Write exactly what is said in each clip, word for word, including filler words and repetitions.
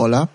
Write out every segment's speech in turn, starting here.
Hola.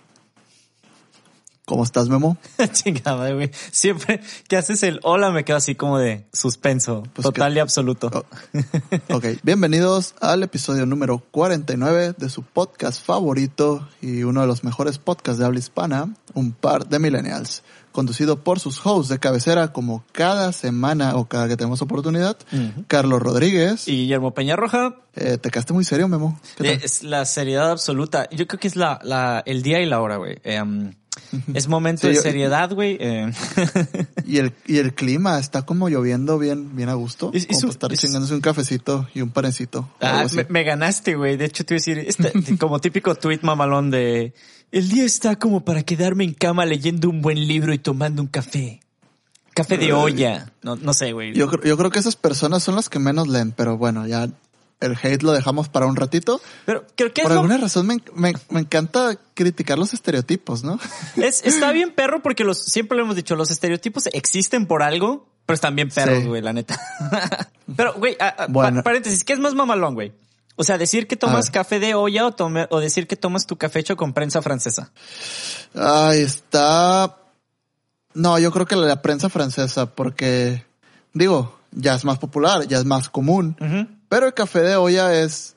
¿Cómo estás, Memo? Chingada, güey. Siempre que haces el hola me quedo así como de suspenso, pues total que... y absoluto. Oh. Ok, bienvenidos al episodio número cuarenta y nueve de su podcast favorito y uno de los mejores podcasts de habla hispana, Un Par de Millennials, conducido por sus hosts de cabecera como cada semana o cada que tenemos oportunidad, uh-huh. Carlos Rodríguez y Guillermo Peñarroja. Eh, te quedaste muy serio, Memo. ¿Qué tal? Es la seriedad absoluta. Yo creo que es la, la el día y la hora, güey. Eh, um, Es momento sí, de seriedad, güey. Eh. Y el y el clima está como lloviendo bien bien a gusto. Es, como es, para estar es, chingándose un cafecito y un panecito. Ah, me, me ganaste, güey. De hecho, te iba a decir, este, como típico tweet mamalón de el día está como para quedarme en cama leyendo un buen libro y tomando un café. Café de olla. No, no sé, güey. Yo, yo creo que esas personas son las que menos leen, pero bueno, ya... El hate lo dejamos para un ratito. Pero creo que por es alguna lo... razón me, me, me encanta criticar los estereotipos, ¿no? Es, está bien perro porque los, siempre lo hemos dicho, los estereotipos existen por algo, pero están bien perros, güey, sí. La neta. Pero, güey, bueno. pa, paréntesis, ¿qué es más mamalón, güey? O sea, decir que tomas café de olla o, tome, o decir que tomas tu café hecho con prensa francesa. Ay, está... No, yo creo que la, la prensa francesa, porque, digo, ya es más popular, ya es más común. Uh-huh. Pero el café de olla es...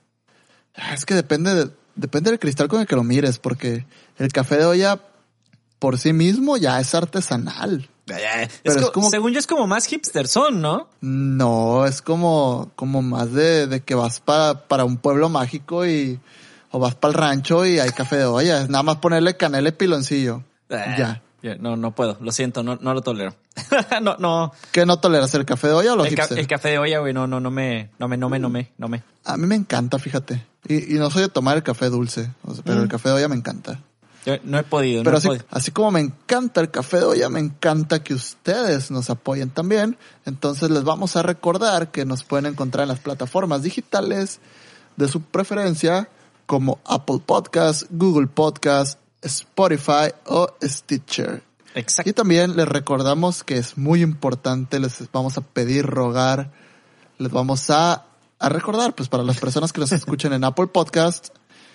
Es que depende de, depende del cristal con el que lo mires, porque el café de olla por sí mismo ya es artesanal. Es, Pero es como, según yo es como más hipsterson, ¿no? No, es como, como más de, de que vas para, para un pueblo mágico y o vas para el rancho y hay café de olla. Es nada más ponerle canela y piloncillo. Eh. Ya. No, no puedo, lo siento, no, no lo tolero. no, no. ¿Qué no toleras? ¿El café de olla o los el, hipster? Ca- el café de olla, güey, no, no, no me, no me, no me, no me, no me. A mí me encanta, fíjate. Y, y no soy de tomar el café dulce, o sea, pero mm. el café de olla me encanta. Yo no he podido, pero no así, he podido. Así como me encanta el café de olla, me encanta que ustedes nos apoyen también. Entonces les vamos a recordar que nos pueden encontrar en las plataformas digitales de su preferencia, como Apple Podcasts, Google Podcasts, Spotify o Stitcher. Exacto. Y también les recordamos que es muy importante, les vamos a pedir, rogar, les vamos a, a recordar, pues para las personas que nos escuchen en Apple Podcasts,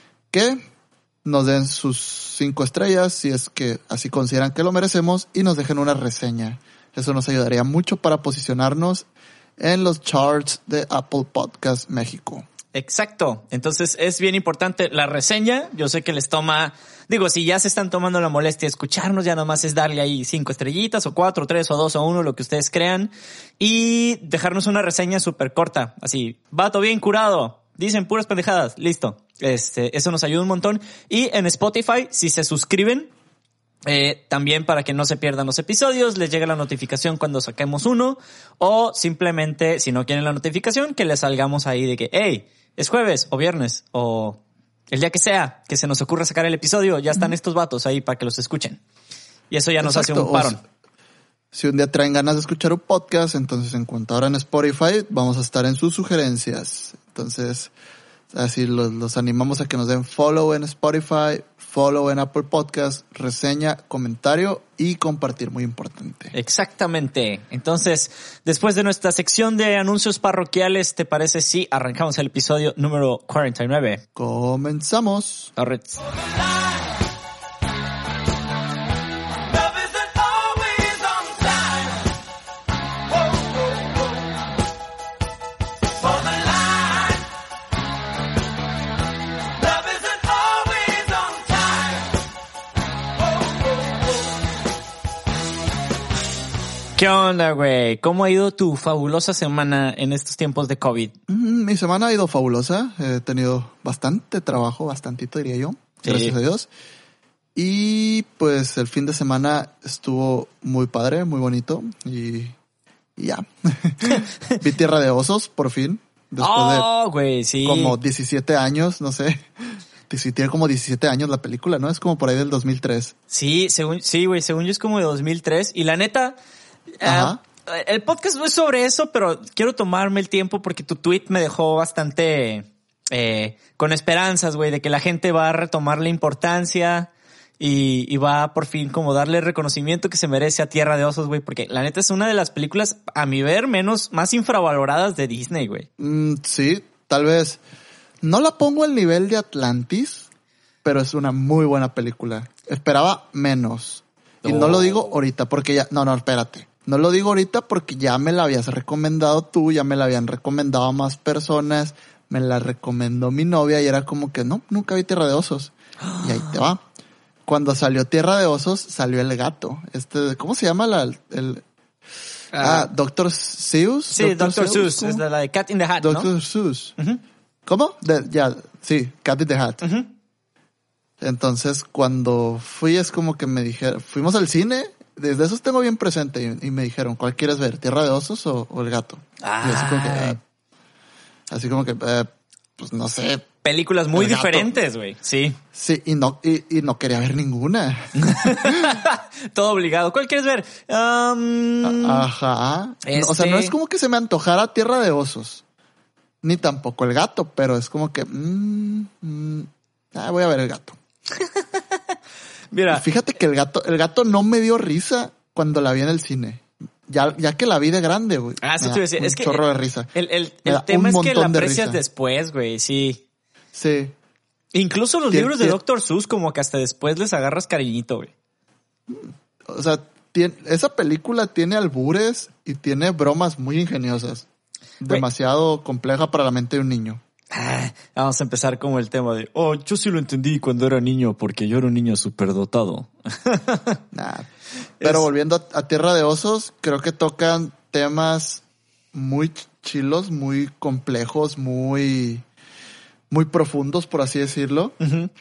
que nos den sus cinco estrellas, si es que así consideran que lo merecemos, y nos dejen una reseña. Eso nos ayudaría mucho para posicionarnos en los charts de Apple Podcasts México. Exacto. Entonces es bien importante la reseña. Yo sé que les toma, digo, si ya se están tomando la molestia de escucharnos, ya nomás es darle ahí cinco estrellitas o cuatro, tres o dos o uno, lo que ustedes crean, y dejarnos una reseña súper corta. Así, vato bien curado, dicen puras pendejadas, listo. Este, eso nos ayuda un montón. Y en Spotify, si se suscriben, Eh, también para que no se pierdan los episodios, les llega la notificación cuando saquemos uno, o simplemente, si no quieren la notificación, que les salgamos ahí de que, hey, es jueves o viernes o el día que sea que se nos ocurra sacar el episodio, ya están mm. estos vatos ahí para que los escuchen. Y eso ya nos Exacto. hace un parón. Si un día traen ganas de escuchar un podcast, entonces en cuanto ahora en Spotify, vamos a estar en sus sugerencias. Entonces, así los, los animamos a que nos den follow en Spotify, follow en Apple Podcast, reseña, comentario y compartir, muy importante. Exactamente. Entonces, después de nuestra sección de anuncios parroquiales, ¿te parece si arrancamos el episodio número cuarenta y nueve? Comenzamos. Right. ¿Qué onda, güey? ¿Cómo ha ido tu fabulosa semana en estos tiempos de COVID? Mm, mi semana ha ido fabulosa. He tenido bastante trabajo, bastantito diría yo. Sí. Gracias a Dios. Y pues el fin de semana estuvo muy padre, muy bonito. Y, y ya. Vi Tierra de Osos, por fin. Después oh, de güey, sí. como diecisiete años, no sé. Si tiene como diecisiete años la película, ¿no? Es como por ahí del dos mil tres. Sí, según, sí, güey, según yo es como de dos mil tres. Y la neta... Uh, el podcast no es sobre eso, pero quiero tomarme el tiempo porque tu tweet me dejó bastante eh, con esperanzas, güey, de que la gente va a retomar la importancia y, y va a por fin como darle reconocimiento que se merece a Tierra de Osos, güey, porque la neta es una de las películas, a mi ver, menos, más infravaloradas de Disney, güey. Mm, sí, tal vez. No la pongo al nivel de Atlantis, pero es una muy buena película. Esperaba menos. Y oh. no lo digo ahorita porque ya... No, no, espérate. No lo digo ahorita porque ya me la habías recomendado tú, ya me la habían recomendado a más personas, me la recomendó mi novia y era como que no, nunca vi Tierra de Osos. Y ahí te va. Cuando salió Tierra de Osos, salió el gato. Este, ¿cómo se llama la, el... Ah, ah doctor Seuss. Sí, doctor Seuss, es la de Cat in the Hat, doctor ¿no? Seuss. Uh-huh. ¿Cómo? De, ya, sí, Cat in the Hat. Uh-huh. Entonces, cuando fui, es como que me dijeron, fuimos al cine, desde esos tengo bien presente, y, y me dijeron, ¿cuál quieres ver? ¿Tierra de Osos o, o el gato? Ah. Y así como que, eh, así como que, eh, pues no sé. Películas muy diferentes, güey. Sí. Sí, y no, y, y no quería ver ninguna. Todo obligado. ¿Cuál quieres ver? Um, Ajá. Este... O sea, no es como que se me antojara Tierra de Osos. Ni tampoco el gato, pero es como que, mmm, mmm, ah, voy a ver el gato. Mira. Y fíjate que el gato, el gato no me dio risa cuando la vi en el cine. Ya, ya que la vi de grande, güey. Ah, sí te iba a decir. Un es que chorro de risa. El, el, el tema es que la aprecias después, güey. Sí. Sí. Incluso los Tien, libros de tien, doctor Seuss, como que hasta después les agarras cariñito, güey. O sea, tiene, esa película tiene albures y tiene bromas muy ingeniosas. Güey. Demasiado compleja para la mente de un niño. Ah, vamos a empezar como el tema de, oh, yo sí lo entendí cuando era niño porque yo era un niño superdotado. Nah. Pero es... volviendo a, a Tierra de Osos, creo que tocan temas muy chilos, muy complejos, muy, muy profundos, por así decirlo. Uh-huh.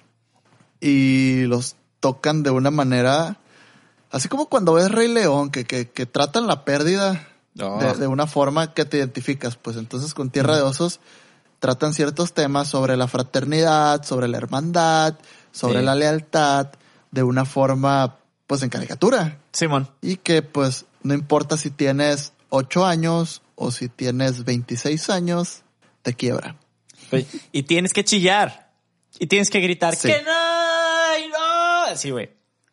Y los tocan de una manera, así como cuando ves Rey León, que, que, que tratan la pérdida oh. de, de una forma que te identificas. Pues entonces con Tierra uh-huh. de Osos tratan ciertos temas sobre la fraternidad, sobre la hermandad, sobre sí. la lealtad, de una forma, pues, en caricatura. Simón. Y que, pues, no importa si tienes ocho años o si tienes veintiséis años, te quiebra. Y tienes que chillar. Y tienes que gritar, sí. ¡que no! Sí, güey.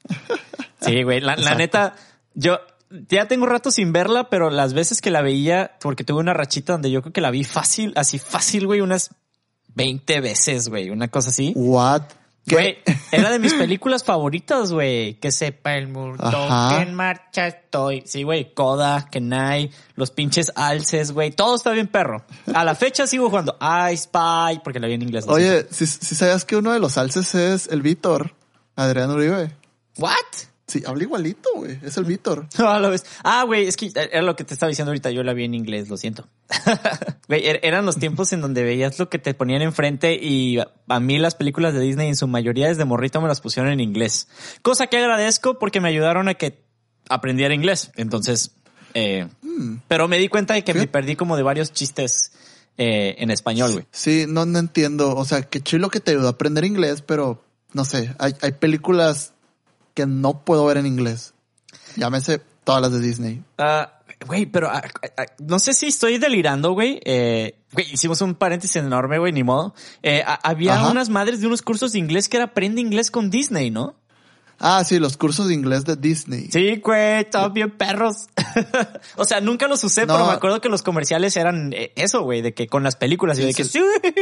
Sí, güey. La, la neta, yo... Ya tengo rato sin verla, pero las veces que la veía, porque tuve una rachita donde yo creo que la vi fácil, así fácil, güey, unas veinte veces, güey, una cosa así. What? Güey, era de mis películas favoritas, güey. Que sepa el mundo que en marcha estoy. Sí, güey, Coda, Kenai, los pinches alces, güey. Todo está bien perro. A la fecha sigo jugando I Spy, porque la vi en inglés. Oye, si, si sabías que uno de los alces es el Víctor, Adrián Uribe. ¿What? Sí, habla igualito, güey. Es el Víctor. No, lo ves. Ah, güey, es que era lo que te estaba diciendo ahorita. Yo la vi en inglés, lo siento. Güey, er- eran los tiempos en donde veías lo que te ponían enfrente y a mí las películas de Disney en su mayoría desde morrito me las pusieron en inglés. Cosa que agradezco porque me ayudaron a que aprendiera inglés. Entonces, eh, hmm. pero me di cuenta de que ¿Qué? me perdí como de varios chistes eh, en español, güey. Sí, no, no entiendo. O sea, qué chilo que te ayudó a aprender inglés, pero no sé, hay, hay películas que no puedo ver en inglés. Llámese todas las de Disney. Güey, uh, pero uh, uh, no sé si estoy delirando, güey. Eh, güey, hicimos un paréntesis enorme, güey, ni modo. Eh, a, había Ajá. unas madres de unos cursos de inglés que era aprende inglés con Disney, ¿no? Ah, sí, los cursos de inglés de Disney. Sí, güey, estaban bien perros. O sea, nunca los usé, no. pero me acuerdo que los comerciales eran eso, güey, de que con las películas y sí, de que sí.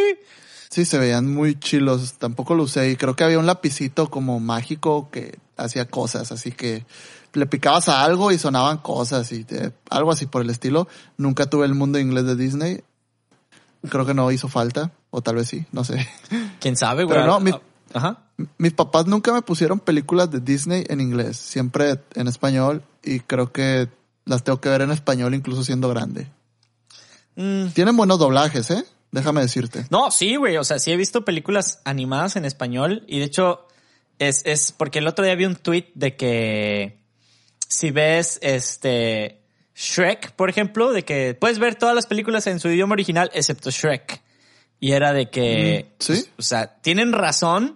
Sí, se veían muy chilos. Tampoco lo usé. Y creo que había un lapicito como mágico que hacía cosas. Así que le picabas a algo y sonaban cosas y te, algo así por el estilo. Nunca tuve el mundo inglés de Disney. Creo que no hizo falta. O tal vez sí, no sé. ¿Quién sabe, güey? Pero no, mi, Ajá. mis papás nunca me pusieron películas de Disney en inglés. Siempre en español. Y creo que las tengo que ver en español incluso siendo grande. Mm. Tienen buenos doblajes, ¿eh? Déjame decirte. No, sí, güey. O sea, sí he visto películas animadas en español. Y de hecho, es, es porque el otro día vi un tweet de que si ves este Shrek, por ejemplo, de que puedes ver todas las películas en su idioma original excepto Shrek. Y era de que, ¿sí? Pues, o sea, tienen razón,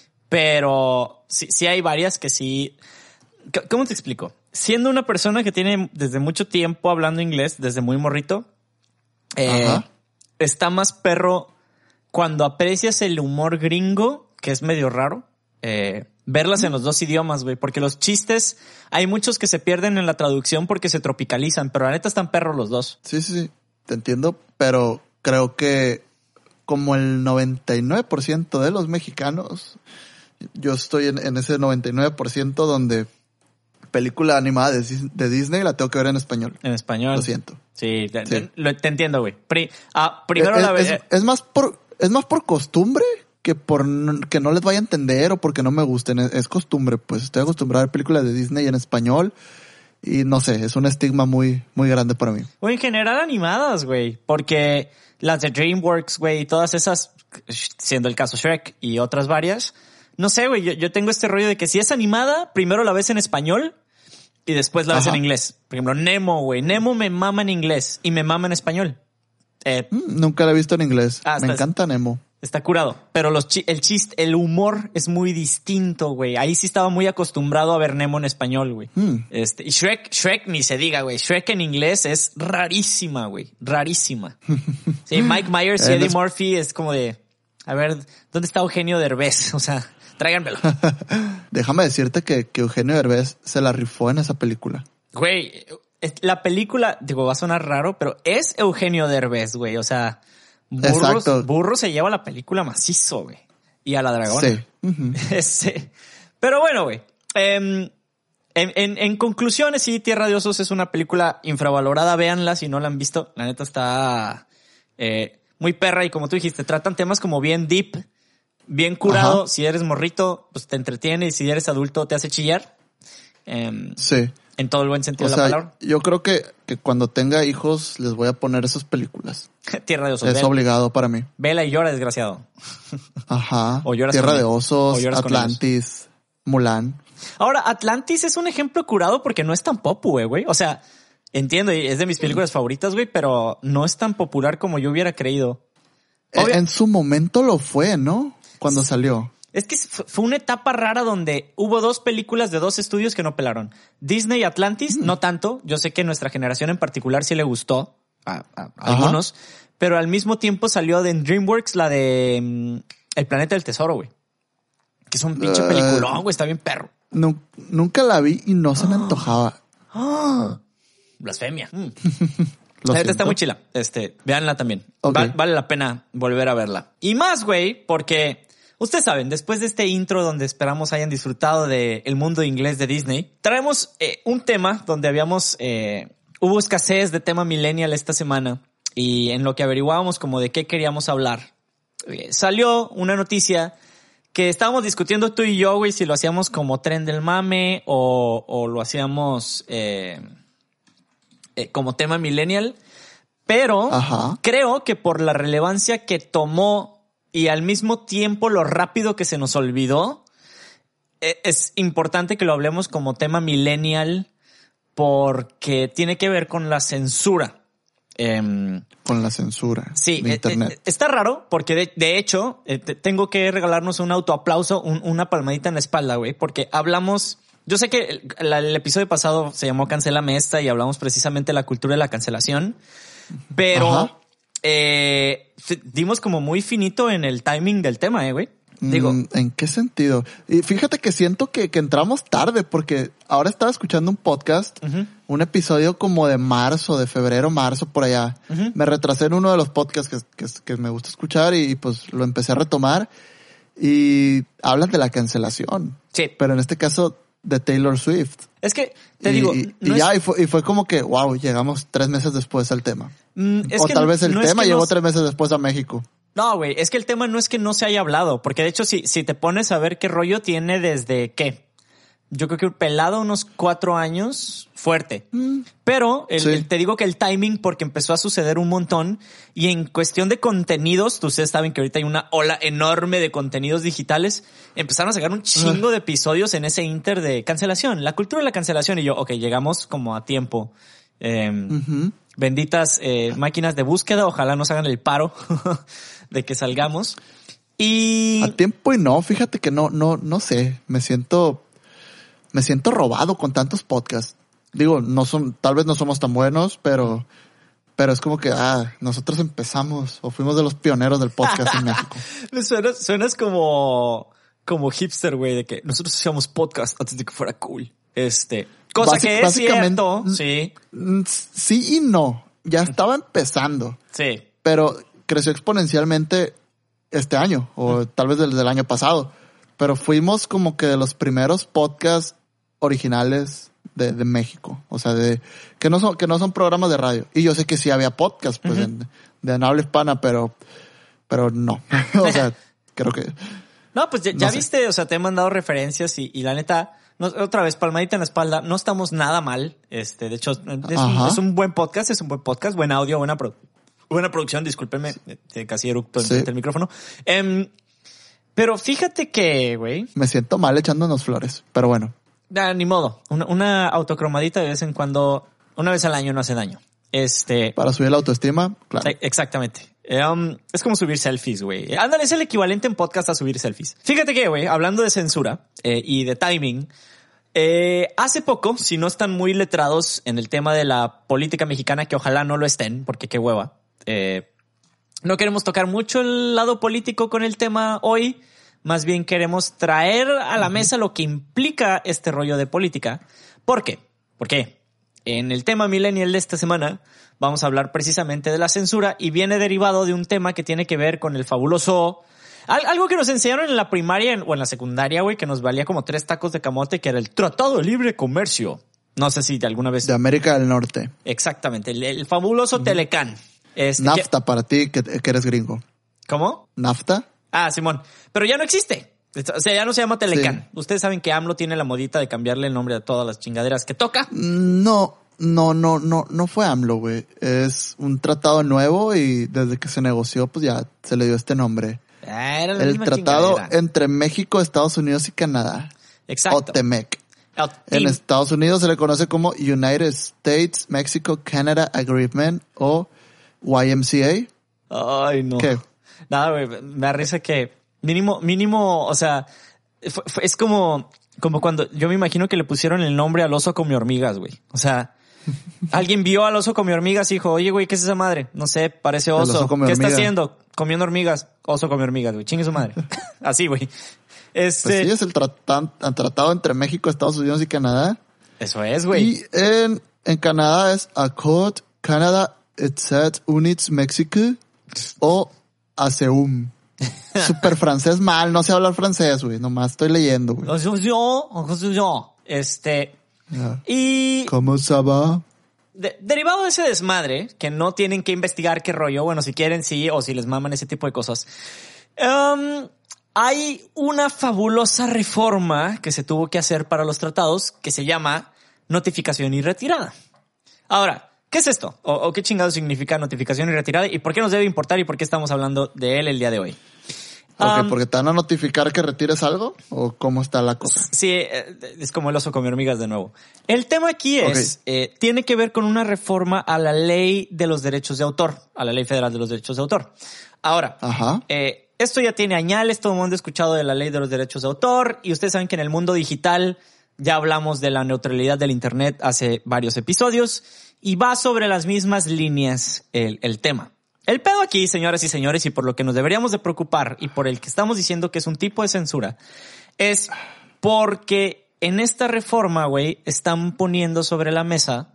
pero sí, sí hay varias que sí. ¿Cómo te explico? Siendo una persona que tiene desde mucho tiempo hablando inglés, desde muy morrito, eh, Ajá. está más perro cuando aprecias el humor gringo, que es medio raro, eh, verlas en los dos idiomas, güey, porque los chistes, hay muchos que se pierden en la traducción porque se tropicalizan, pero la neta están perros los dos. Sí, sí, sí, te entiendo, pero creo que como el noventa y nueve por ciento de los mexicanos Yo estoy en, en ese noventa y nueve por ciento donde película animada de, de Disney la tengo que ver en español. En español. Lo siento. Sí, te, Sí. Te, te entiendo, güey. Pri, ah, primero es, la es, vez. es más por es más por costumbre que por n- que no les vaya a entender o porque no me gusten. Es, es costumbre, pues estoy acostumbrado a ver películas de Disney en español y no sé, es un estigma muy muy grande para mí. O en general animadas, güey. Porque las de DreamWorks, güey, y todas esas, siendo el caso Shrek y otras varias, no sé, güey, yo, yo tengo este rollo de que si es animada, primero la ves en español y después la ves Ajá. en inglés. Por ejemplo, Nemo, güey. Nemo me mama en inglés y me mama en español. Eh, Mm, nunca la he visto en inglés. Ah, me está- encanta Nemo. Está curado. Pero los chi- el chiste, el humor es muy distinto, güey. Ahí sí estaba muy acostumbrado a ver Nemo en español, güey. Hmm. Este, y Shrek, Shrek ni se diga, güey. Shrek en inglés es rarísima, güey. Rarísima. Sí, Mike Myers y En Eddie es- Murphy es como de, a ver, ¿dónde está Eugenio Derbez? O sea, tráiganmelo. Déjame decirte que, que Eugenio Derbez se la rifó en esa película. Güey, es- la película, digo, va a sonar raro, pero es Eugenio Derbez, güey. O sea, Burros, Exacto. Burro se lleva la película macizo, güey. Y a la dragona. Sí. Ujú. Este, pero bueno, güey. em, en, en, en conclusiones, sí, Tierra de Osos es una película infravalorada. Véanla si no la han visto. La neta está eh, muy perra y como tú dijiste, tratan temas como bien deep, bien curado. Ajá. Si eres morrito, pues te entretiene y si eres adulto te hace chillar. Em, Sí. en todo el buen sentido O de la sea, palabra. yo creo que, que cuando tenga hijos les voy a poner esas películas. Tierra de Osos. Es Vela, obligado para mí. vela y llora, desgraciado. Ajá. O lloras Tierra con de ellos. Osos, O lloras con Atlantis, Mulan. Ahora, Atlantis es un ejemplo curado porque no es tan popu, güey, güey. O sea, entiendo, y es de mis películas favoritas, güey, pero no es tan popular como yo hubiera creído. Eh, Obvio- En su momento lo fue, ¿no? Cuando salió. Es que fu- fue una etapa rara donde hubo dos películas de dos estudios que no pelaron. Disney y Atlantis, no tanto. Yo sé que nuestra generación en particular sí le gustó a, a- a algunos, pero al mismo tiempo salió de en DreamWorks la de mm, El Planeta del Tesoro, güey. Que es un pinche Eh. peliculón, güey, está bien perro. Nu- nunca la vi y no se me antojaba. Blasfemia. Mm. Lo La neta está siento. muy chila. Este, véanla también. Ok. Va- vale la pena volver a verla. Y más, güey, porque ustedes saben, después de este intro donde esperamos hayan disfrutado de el mundo inglés de Disney, traemos eh, un tema donde habíamos, eh, hubo escasez de tema millennial esta semana y en lo que averiguábamos como de qué queríamos hablar, eh, salió una noticia que estábamos discutiendo tú y yo, güey, si lo hacíamos como tren del mame o, o lo hacíamos eh, eh, como tema millennial, pero Ajá. creo que por la relevancia que tomó y al mismo tiempo lo rápido que se nos olvidó, eh, es importante que lo hablemos como tema millennial porque tiene que ver con la censura. Em, Con la censura Sí, de eh, internet. eh, está raro porque de, de hecho eh, te- tengo que regalarnos un autoaplauso, un, una palmadita en la espalda, güey, porque hablamos, yo sé que el, la- el episodio pasado se llamó Cancélame esta y hablamos precisamente de la cultura de la cancelación, pero Ajá. eh, f- dimos como muy finito en el timing del tema, eh, güey. Digo, Mm, ¿en qué sentido? Y fíjate que siento que, que entramos tarde porque ahora estaba escuchando un podcast, Ujú. un episodio como de marzo, de febrero, marzo, por allá. Ujú. Me retrasé en uno de los podcasts que, que, que me gusta escuchar y pues lo empecé a retomar y hablan de la cancelación, sí, pero en este caso de Taylor Swift. es que te y, digo, y, no y ya, es- y fue, y fue como que, wow, llegamos tres meses después al tema. mm, es o que tal vez el no es tema que llegó nos- tres meses después a México. No, güey, es que el tema no es que no se haya hablado, porque de hecho si, si te pones a ver qué rollo tiene desde qué, yo creo que pelado unos cuatro años fuerte. Pero el, Sí. el- te digo que el timing porque empezó a suceder un montón y en cuestión de contenidos, ustedes saben que ahorita hay una ola enorme de contenidos digitales, empezaron a sacar un chingo de episodios en ese inter de cancelación, la cultura de la cancelación y yo, ok, llegamos como a tiempo. Eh, Ujú. Benditas eh, máquinas de búsqueda, ojalá nos hagan el paro de que salgamos. Y A tiempo y no, fíjate que no, no, no sé, me siento, me siento robado con tantos podcasts. Digo, no son, tal vez no somos tan buenos, pero, pero es como que, ah, nosotros empezamos o fuimos de los pioneros del podcast en México. suenas, suenas como, como hipster, güey, de que nosotros hacíamos podcast antes de que fuera cool. Este, cosa Basi- que es básicamente, cierto, sí, Mm, Sí y no, ya estaba empezando, sí. pero creció exponencialmente este año o tal vez desde el año pasado. pero fuimos como que de los primeros podcasts originales de, de México. O sea, de que no son que no son programas de radio. Y yo sé que sí había podcasts pues, uh-huh. de, de habla hispana, pero, pero no. O sea, creo que... No, pues ya, no ya viste, o sea, te he mandado referencias y, y la neta, no, otra vez, palmadita en la espalda, no estamos nada mal. Este, de hecho, es un, es un buen podcast, es un buen podcast, buen audio, buena, pro, buena producción, discúlpenme, sí. casi eructo sí. en el micrófono. Um, pero fíjate que, güey. Me siento mal echándonos flores, pero bueno. Ah, ni modo, una, una autocromadita de vez en cuando, una vez al año no hace daño. Este. Para subir la autoestima, claro. Exactamente. Um, es como subir selfies, güey. Ándale, es el equivalente en podcast a subir selfies. Fíjate que, güey, hablando de censura eh, y de timing, eh, hace poco, si no están muy letrados en el tema de la política mexicana, que ojalá no lo estén, porque qué hueva. Eh, no queremos tocar mucho el lado político con el tema hoy. Más bien queremos traer a la mesa lo que implica este rollo de política. ¿Por qué? ¿Por qué? En el tema millennial de esta semana vamos a hablar precisamente de la censura y viene derivado de un tema que tiene que ver con el fabuloso... Algo que nos enseñaron en la primaria o en la secundaria, güey, que nos valía como tres tacos de camote, que era el Tratado de Libre Comercio. No sé si de alguna vez... De América del Norte. Exactamente, el, el fabuloso uh-huh. Telecán. Este, NAFTA que... para ti, que, que eres gringo. ¿Cómo? ¿NAFTA? Ah, Simón. Pero ya no existe. O sea, ya no se llama Telecán. Sí. Ustedes saben que AMLO tiene la modita de cambiarle el nombre a todas las chingaderas que toca. No, no, no, no, no fue AMLO, güey. Es un tratado nuevo y desde que se negoció, pues ya se le dio este nombre. Ah, era la el misma tratado chingadera. Entre México, Estados Unidos y Canadá. Exacto. O TEMEC. En Estados Unidos se le conoce como United States Mexico Canada Agreement o Y M C A. Ay, no. ¿Qué? Nada, güey, me da risa que mínimo, mínimo, o sea, fue, fue, es como, como cuando yo me imagino que le pusieron el nombre al oso come hormigas, güey. O sea, alguien vio al oso come hormigas y dijo, oye, güey, ¿qué es esa madre? No sé, parece oso. oso ¿Qué hormiga. Está haciendo? Comiendo hormigas. Oso come hormigas, güey. Chingue su madre. Así, güey. Este... Pues sí, es el, tratan, el tratado entre México, Estados Unidos y Canadá. Eso es, güey. Y en, en Canadá es Accord Canada États Unis Mexico o A C E U M. Super francés mal, no sé hablar francés, güey. Nomás estoy leyendo, güey. Este. Yeah. Y. ¿Cómo se va? De, derivado de ese desmadre, que no tienen que investigar qué rollo, bueno, si quieren sí, o si les maman ese tipo de cosas. Um, hay una fabulosa reforma que se tuvo que hacer para los tratados que se llama notificación y retirada. Ahora, ¿qué es esto? ¿O, o qué chingado significa notificación y retirada? ¿Y por qué nos debe importar y por qué estamos hablando de él el día de hoy? Okay, um, ¿porque te van a notificar que retires algo? ¿O cómo está la cosa? Sí, es como el oso come hormigas de nuevo. El tema aquí es, okay. eh, tiene que ver con una reforma a la ley de los derechos de autor, a la ley federal de los derechos de autor. Ahora, Ajá. Eh, esto ya tiene añales, todo el mundo ha escuchado de la ley de los derechos de autor y ustedes saben que en el mundo digital ya hablamos de la neutralidad del internet hace varios episodios y va sobre las mismas líneas el, el tema. El pedo aquí, señoras y señores, y por lo que nos deberíamos de preocupar y por el que estamos diciendo que es un tipo de censura, es porque en esta reforma, güey, están poniendo sobre la mesa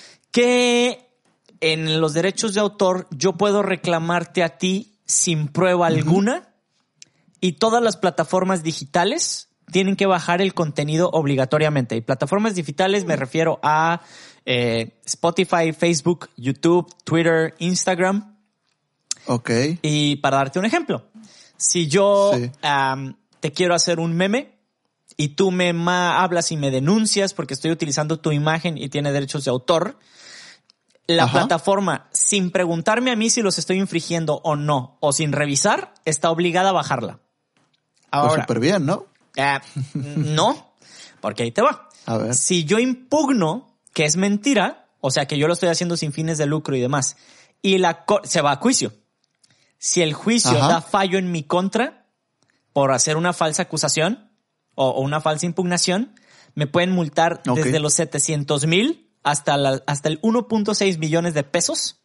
que en los derechos de autor yo puedo reclamarte a ti sin prueba uh-huh. alguna y todas las plataformas digitales tienen que bajar el contenido obligatoriamente. Y plataformas digitales me refiero a eh, Spotify, Facebook, YouTube, Twitter, Instagram. Ok. Y para darte un ejemplo, si yo sí. um, te quiero hacer un meme y tú me ma- hablas y me denuncias porque estoy utilizando tu imagen y tiene derechos de autor, la Ajá. plataforma, sin preguntarme a mí si los estoy infringiendo o no, o sin revisar, está obligada a bajarla. Ahora, pues súper bien, ¿no? Eh, no, porque ahí te va. A ver. Si yo impugno que es mentira, o sea que yo lo estoy haciendo sin fines de lucro y demás, y la co- se va a juicio. Si el juicio Ajá. da fallo en mi contra por hacer una falsa acusación o, o una falsa impugnación, me pueden multar okay. desde los setecientos mil hasta, la, hasta el uno punto seis millones de pesos.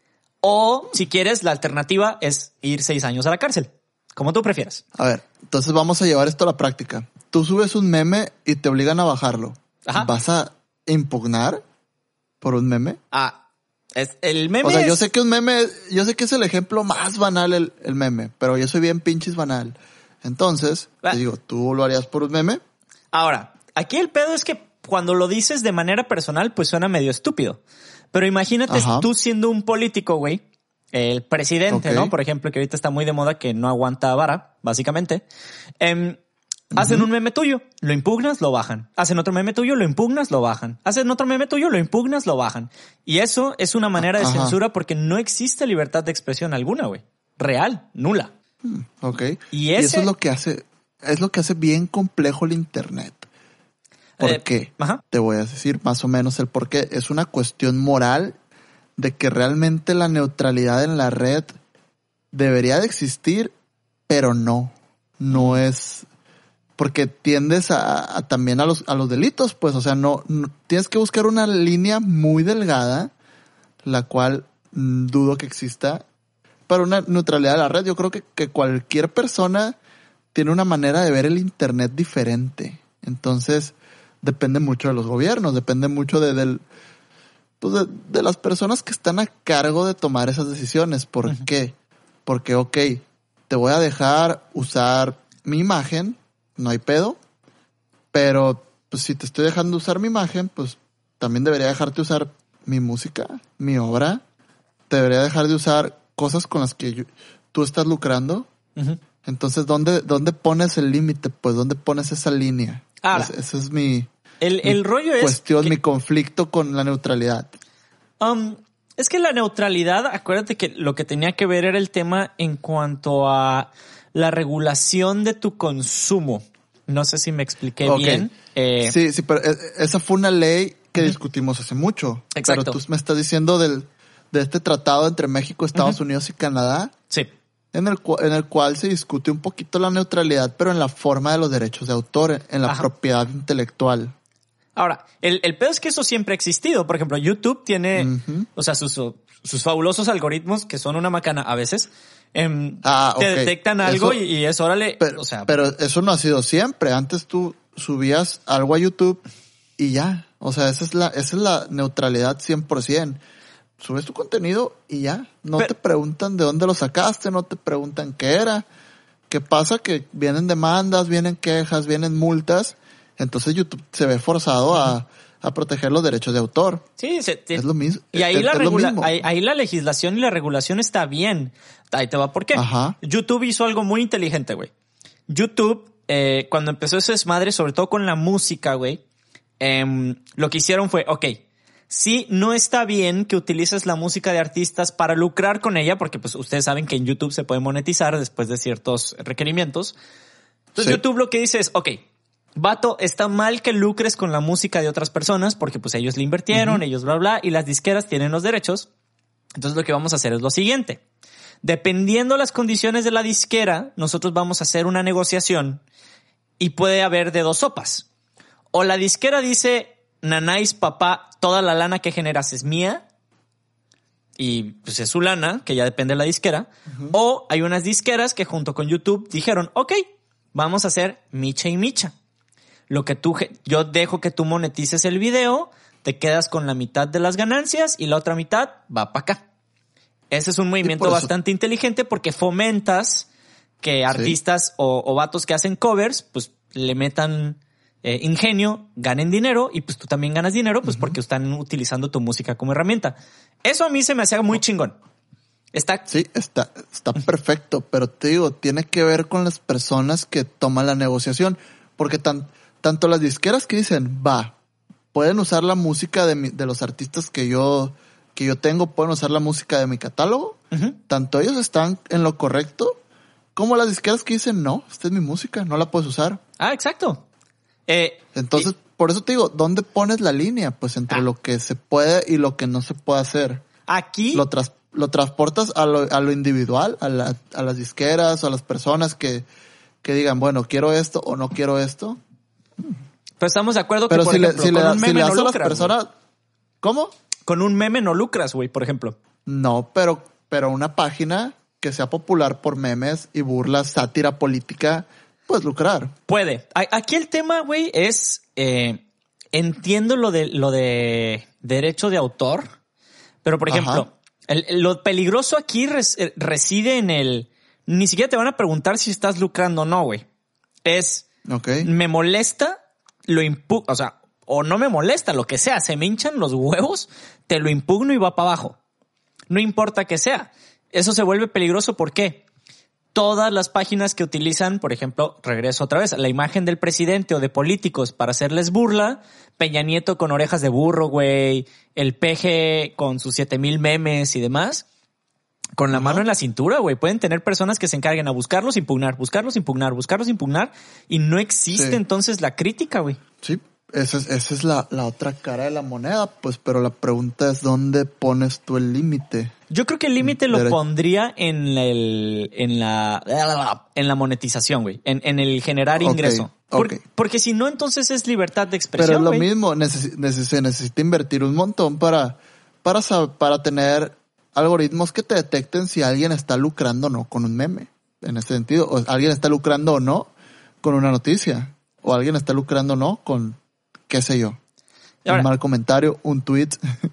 O, si quieres, la alternativa es ir seis años a la cárcel. Como tú prefieras. A ver, entonces vamos a llevar esto a la práctica. Tú subes un meme y te obligan a bajarlo. Ajá. ¿Vas a impugnar por un meme? Ah, es, el meme O sea, es... yo sé que un meme, yo sé que es el ejemplo más banal el, el meme, pero yo soy bien pinches banal. Entonces, Ah. te digo, ¿tú lo harías por un meme? Ahora, aquí el pedo es que cuando lo dices de manera personal, pues suena medio estúpido. Pero imagínate Ajá. tú siendo un político, güey, el presidente, Ok. ¿no? Por ejemplo, que ahorita está muy de moda, que no aguanta vara, básicamente. Em, hacen un meme tuyo, lo impugnas, lo bajan. Hacen otro meme tuyo, lo impugnas, lo bajan. Hacen otro meme tuyo, lo impugnas, lo bajan. Y eso es una manera de Ajá. censura porque no existe libertad de expresión alguna, güey. Real, nula. Ok. Y Y ese- eso es lo que hace, es lo que hace bien complejo el internet. ¿Por Eh, qué? ajá. Te voy a decir más o menos el por qué. Es una cuestión moral de que realmente la neutralidad en la red debería de existir, pero no. No es porque tiendes a, a también a los, a los delitos, pues, o sea, no, no- tienes que buscar una línea muy delgada, la cual mm, dudo que exista para una neutralidad de la red. Yo creo que, que cualquier persona tiene una manera de ver el internet diferente. Entonces, depende mucho de los gobiernos, depende mucho de, del, pues de, de las personas que están a cargo de tomar esas decisiones. ¿Por Ujú. qué? Porque, ok, te voy a dejar usar mi imagen, no hay pedo, pero pues si te estoy dejando usar mi imagen, pues también debería dejarte usar mi música, mi obra, te debería dejar de usar cosas con las que yo- tú estás lucrando. Ujú. Entonces, ¿dónde, dónde pones el límite? Pues, ¿dónde pones esa línea? Ahora, Es- ese es mi, El, el rollo es cuestión, que- mi conflicto con la neutralidad. Um, es que la neutralidad, acuérdate que lo que tenía que ver era el tema en cuanto a la regulación de tu consumo. No sé si me expliqué Ok. bien. Eh, Sí, sí, pero eh, esa fue una ley que discutimos hace mucho. Exacto. Pero tú me estás diciendo del, de este tratado entre México, Estados Unidos y Canadá, sí. en el, cu- en el cual se discute un poquito la neutralidad, pero en la forma de los derechos de autor, en la Ajá. propiedad intelectual. Ahora, el, el peor es que eso siempre ha existido. Por ejemplo, YouTube tiene, Ujú. o sea, sus, sus fabulosos algoritmos, que son una macana a veces, em, Ah, te ok. detectan algo Eso- y, y es órale, Pero, o sea, pero eso no ha sido siempre. Antes tú subías algo a YouTube y ya. O sea, esa es la, esa es la neutralidad cien por ciento. Subes tu contenido y ya. No Pero- te preguntan de dónde lo sacaste, no te preguntan qué era. ¿Qué pasa? Que vienen demandas, vienen quejas, vienen multas. Entonces YouTube se ve forzado a, a proteger los derechos de autor. sí, se, te- Es lo mismo. Y ahí es- la es lo regula, mismo. ahí, ahí la legislación y la regulación está bien. Ahí te va por qué. Ajá. YouTube hizo algo muy inteligente, güey. YouTube, eh, cuando empezó ese desmadre, sobre todo con la música, güey, em, lo que hicieron fue, ok, sí, no está bien que utilices la música de artistas para lucrar con ella, porque pues ustedes saben que en YouTube se puede monetizar después de ciertos requerimientos. Entonces Sí. YouTube lo que dice es, ok, vato, está mal que lucres con la música de otras personas porque pues ellos le invirtieron, ellos bla bla, y las disqueras tienen los derechos. Entonces lo que vamos a hacer es lo siguiente. Dependiendo las condiciones de la disquera, nosotros vamos a hacer una negociación y puede haber de dos sopas. O la disquera dice, nanáis, papá, toda la lana que generas es mía y pues es su lana, que ya depende de la disquera. O hay unas disqueras que junto con YouTube dijeron, ok, vamos a hacer micha y micha. Lo que tú, ge- yo dejo que tú monetices el video, te quedas con la mitad de las ganancias y la otra mitad va para acá. Ese es un movimiento por eso- bastante inteligente porque fomentas que artistas o, o vatos que hacen covers, pues le metan eh, ingenio, ganen dinero y pues tú también ganas dinero, pues porque están utilizando tu música como herramienta. Eso a mí se me hacía muy chingón. Está, Sí, está, está perfecto, pero te digo, tiene que ver con las personas que toman la negociación, porque tan, tanto las disqueras que dicen, va, pueden usar la música de, mi- de los artistas que yo, que yo tengo, pueden usar la música de mi catálogo, Ujú. tanto ellos están en lo correcto, como las disqueras que dicen, no, esta es mi música, no la puedes usar. Ah, exacto. Eh, Entonces, por eso te digo, ¿dónde pones la línea? Pues entre Ah. lo que se puede y lo que no se puede hacer. aquí, Lo, tras- lo transportas a lo, a lo individual, a, la- a las disqueras, a las personas que, que digan, bueno, quiero esto o no quiero esto. pero estamos de acuerdo Pero que, por si, le, ejemplo, si, le, con da- un si meme le no das a las lucras, güey. personas... ¿Cómo? Con un meme no lucras, güey, por ejemplo. No, pero, pero una página que sea popular por memes y burlas, sátira política, pues lucrar. Puede. A- Aquí el tema, güey, es eh, entiendo lo de lo de derecho de autor, pero por Ajá. ejemplo, el- lo peligroso aquí res- eh, reside en el ni siquiera te van a preguntar si estás lucrando o no, güey. Es, okay. me molesta, lo impugno, o sea, o no me molesta, lo que sea, se me hinchan los huevos, te lo impugno y va para abajo. No importa que sea. Eso se vuelve peligroso, ¿por qué? Todas las páginas que utilizan, por ejemplo, regreso otra vez, la imagen del presidente o de políticos para hacerles burla, Peña Nieto con orejas de burro, güey, el P G con sus siete mil memes y demás, con la uh-huh. mano en la cintura, güey. Pueden tener personas que se encarguen a buscarlos, impugnar, buscarlos, impugnar, buscarlos, impugnar, y no existe sí. entonces la crítica, güey. Sí, esa es, esa es la, la otra cara de la moneda, pues, pero la pregunta es ¿dónde pones tú el límite? Yo creo que el límite lo pondría en el, en la, en la monetización, güey, en, en el generar ingreso. Okay, Por, okay. Porque si no, entonces es libertad de expresión. Pero es lo güey. mismo, neces- neces- se necesita invertir un montón para, para, para tener algoritmos que te detecten si alguien está lucrando o no con un meme. En ese sentido, o alguien está lucrando o no con una noticia, o alguien está lucrando o no con, qué sé yo, ahora, un mal comentario, un tweet.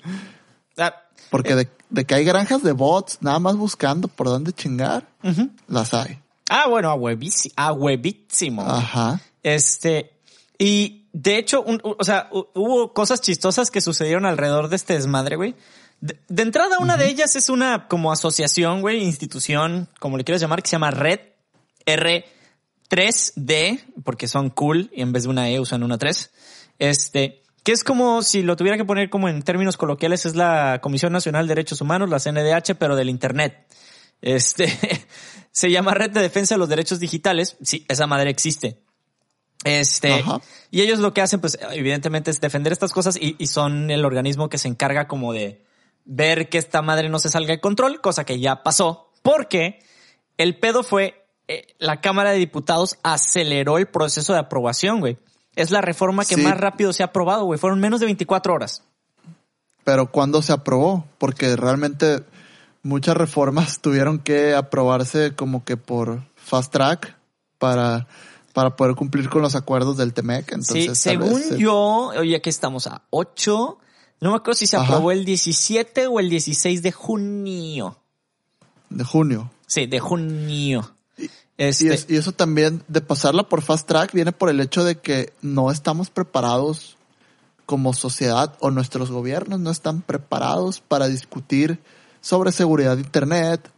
Ah, Porque eh, de, de que hay granjas de bots nada más buscando por dónde chingar, uh-huh. las hay. Ah, bueno, a huevísimo. A huevísimo. Ajá. Este, y de hecho, un, o sea, hubo cosas chistosas que sucedieron alrededor de este desmadre, güey. De, de entrada, una uh-huh. de ellas es una como asociación, güey, institución, como le quieras llamar, que se llama Red, R tres D, porque son cool y en vez de una E usan una tres. Este, que es como si lo tuviera que poner como en términos coloquiales, es la Comisión Nacional de Derechos Humanos, la C N D H, pero del Internet. Este, se llama Red de Defensa de los Derechos Digitales. Sí, esa madre existe. Este, Ajá. y ellos lo que hacen, pues, evidentemente es defender estas cosas y, y son el organismo que se encarga como de ver que esta madre no se salga de control, cosa que ya pasó, porque el pedo fue, eh, la Cámara de Diputados aceleró el proceso de aprobación, güey. Es la reforma que sí. más rápido se ha aprobado, güey. Fueron menos de veinticuatro horas. Pero ¿cuándo se aprobó? Porque realmente muchas reformas tuvieron que aprobarse como que por fast track para, para poder cumplir con los acuerdos del T M E C. Entonces, sí, según vez, yo, oye, aquí estamos a ocho. No me acuerdo si se Ajá. aprobó el diecisiete o el dieciséis de junio. De junio. Sí, de junio. Este. Y, es, y eso también de pasarla por fast track viene por el hecho de que no estamos preparados como sociedad o nuestros gobiernos no están preparados para discutir sobre seguridad de Internet,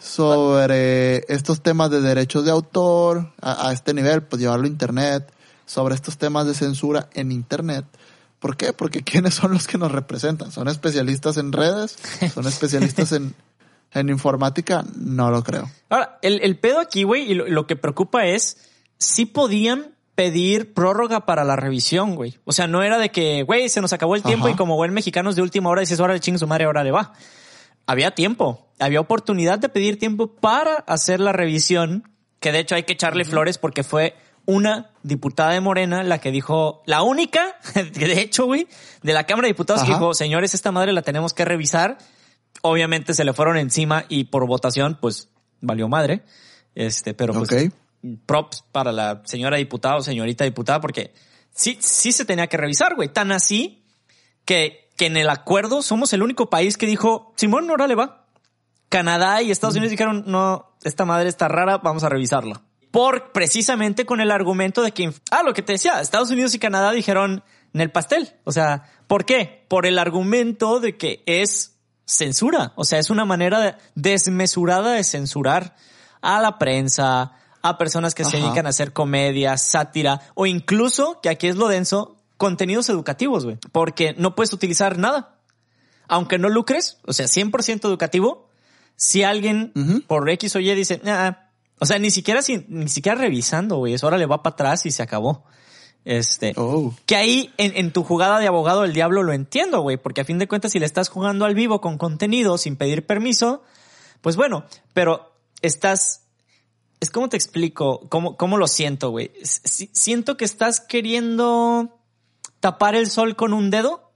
sobre estos temas de derechos de autor a, a este nivel, pues llevarlo a Internet, sobre estos temas de censura en Internet. ¿Por qué? Porque ¿quiénes son los que nos representan? ¿Son especialistas en redes? ¿Son especialistas en... En informática, no lo creo. Ahora, el, el pedo aquí, güey, y lo, lo que preocupa es, sí podían pedir prórroga para la revisión, güey. O sea, no era de que, güey, se nos acabó el tiempo Ajá. y como buen mexicanos de última hora dices, ahora le chingue su madre, ahora le va. Había tiempo, había oportunidad de pedir tiempo para hacer la revisión, que de hecho hay que echarle uh-huh. flores porque fue una diputada de Morena la que dijo, la única, de hecho, güey, de la Cámara de Diputados Ajá. que dijo, señores, esta madre la tenemos que revisar. Obviamente se le fueron encima y por votación, pues, valió madre. Este, pero pues, okay. props para la señora diputada o señorita diputada, porque sí, sí se tenía que revisar, güey. Tan así que, que en el acuerdo somos el único país que dijo, Simón, ahora le va. Canadá y Estados Unidos mm. dijeron, no, esta madre está rara, vamos a revisarla. Por, precisamente con el argumento de que, ah, lo que te decía, Estados Unidos y Canadá dijeron en el pastel. O sea, ¿por qué? Por el argumento de que es censura. O sea, es una manera desmesurada de censurar a la prensa, a personas que Ajá. se dedican a hacer comedia, sátira, o incluso, que aquí es lo denso, contenidos educativos, güey. Porque no puedes utilizar nada. Aunque no lucres, o sea, cien por ciento educativo, si alguien uh-huh. por X o Y dice, nah, o sea, ni siquiera, ni siquiera revisando, güey, eso ahora le va para atrás y se acabó. Este, oh. que ahí en, en tu jugada de abogado del diablo lo entiendo, güey, porque a fin de cuentas si le estás jugando al vivo con contenido sin pedir permiso, pues bueno, pero estás, es como te explico, cómo, cómo lo siento, güey. S- siento que estás queriendo tapar el sol con un dedo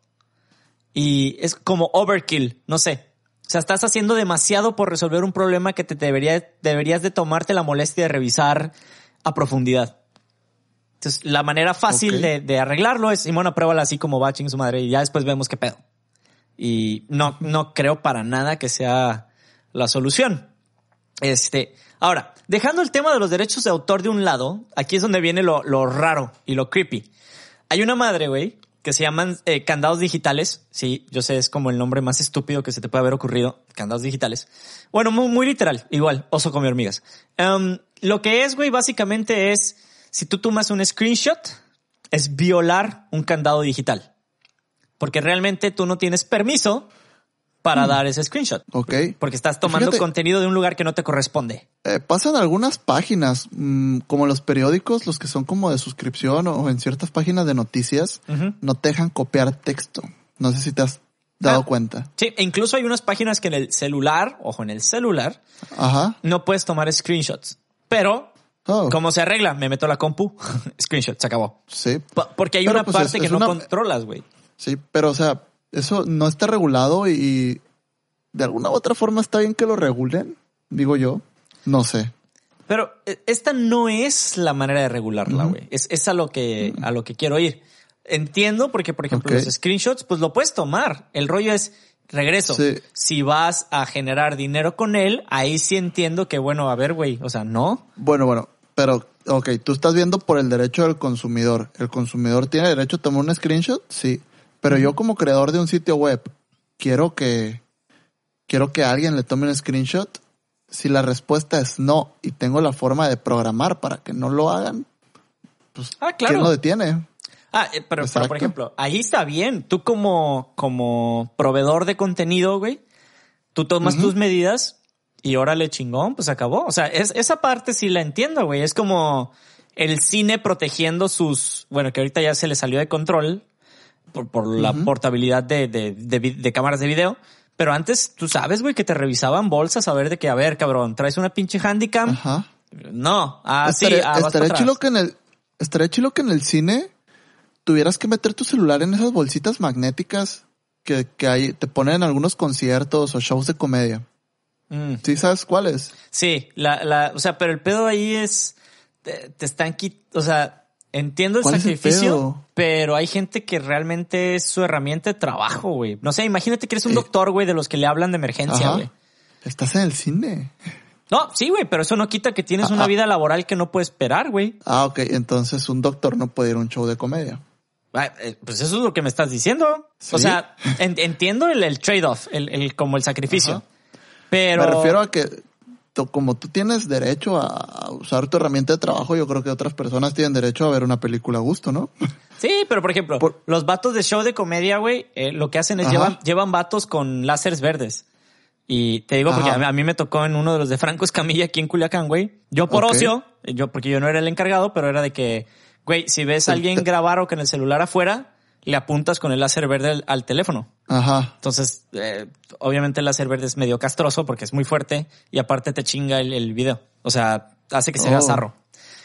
y es como overkill, no sé. O sea, estás haciendo demasiado por resolver un problema que te debería, deberías de tomarte la molestia de revisar a profundidad. Entonces, la manera fácil okay. de, de arreglarlo es, Simón, pruébala así como va, ching su madre, y ya después vemos qué pedo. Y no, no creo para nada que sea la solución. Este, ahora, dejando el tema de los derechos de autor de un lado, aquí es donde viene lo, lo raro y lo creepy. Hay una madre, güey, que se llaman eh, candados digitales. Sí, yo sé, es como el nombre más estúpido que se te puede haber ocurrido. Candados digitales. Bueno, muy, muy literal. Igual, oso come hormigas. Um, lo que es, güey, básicamente es, si tú tomas un screenshot, es violar un candado digital. Porque realmente tú no tienes permiso para hmm. dar ese screenshot. Ok. Porque estás tomando Fíjate, contenido de un lugar que no te corresponde. Eh, pasan algunas páginas, mmm, como los periódicos, los que son como de suscripción o en ciertas páginas de noticias, uh-huh. no te dejan copiar texto. No sé si te has dado ah, cuenta. Sí, e incluso hay unas páginas que en el celular, ojo, en el celular, Ajá. no puedes tomar screenshots. Pero, oh. ¿cómo se arregla? Me meto a la compu, screenshot, se acabó. Sí. Pa- porque hay pero una pues parte es, que es no una... controlas, güey. Sí, pero o sea, eso no está regulado y de alguna u otra forma está bien que lo regulen, digo yo. No sé. Pero esta no es la manera de regularla, güey. Uh-huh. Es, es a lo que, uh-huh. a lo que quiero ir. Entiendo porque, por ejemplo, okay. los screenshots, pues lo puedes tomar. El rollo es, regreso. Sí. Si vas a generar dinero con él, ahí sí entiendo que, bueno, a ver, güey, o sea, no. Bueno, bueno, pero, ok, tú estás viendo por el derecho del consumidor. ¿El consumidor tiene derecho a tomar un screenshot? Sí. Pero uh-huh. yo como creador de un sitio web, quiero que, quiero que alguien le tome un screenshot. Si la respuesta es no y tengo la forma de programar para que no lo hagan, pues ah, claro. ¿quién lo detiene? Ah, pero, pero por ejemplo, ahí está bien. Tú como, como proveedor de contenido, güey, tú tomas uh-huh. tus medidas y órale chingón, pues acabó. O sea, es, esa parte sí la entiendo, güey. Es como el cine protegiendo sus, bueno, que ahorita ya se le salió de control por, por uh-huh. la portabilidad de, de, de, de, de cámaras de video. Pero antes, tú sabes, güey, que te revisaban bolsas a ver de que, a ver, cabrón, ¿traes una pinche Handycam? Ajá. No. Ah, estaré, sí, ah, vas estaría chilo que en el, estaría chilo que en el cine tuvieras que meter tu celular en esas bolsitas magnéticas que, que hay, te ponen en algunos conciertos o shows de comedia. Mm. ¿Sí sabes cuáles? Sí, la, la, o sea, pero el pedo ahí es, te, te están quitando, o sea, entiendo el sacrificio, el pero hay gente que realmente es su herramienta de trabajo, güey. No sé, imagínate que eres un eh, doctor, güey, de los que le hablan de emergencia, güey. Estás en el cine. No, sí, güey, pero eso no quita que tienes ah, una vida laboral que no puedes esperar, güey. Ah, ok. Entonces un doctor no puede ir a un show de comedia. Ah, eh, pues eso es lo que me estás diciendo. ¿Sí? O sea, en, entiendo el, el trade-off, el, el, como el sacrificio. Ajá. Pero... Me refiero a que como tú tienes derecho a usar tu herramienta de trabajo, yo creo que otras personas tienen derecho a ver una película a gusto, ¿no? Sí, pero por ejemplo, por... los vatos de show de comedia, güey, eh, lo que hacen es llevan, llevan vatos con láseres verdes. Y te digo, porque a, a mí me tocó en uno de los de Franco Escamilla aquí en Culiacán, güey. Yo por okay. ocio, yo porque yo no era el encargado, pero era de que, güey, si ves a alguien grabar o que en el celular afuera, le apuntas con el láser verde al, al teléfono. Ajá. Entonces, eh, obviamente el láser verde es medio castroso porque es muy fuerte y aparte te chinga el, el video. O sea, hace que se vea oh. zarro.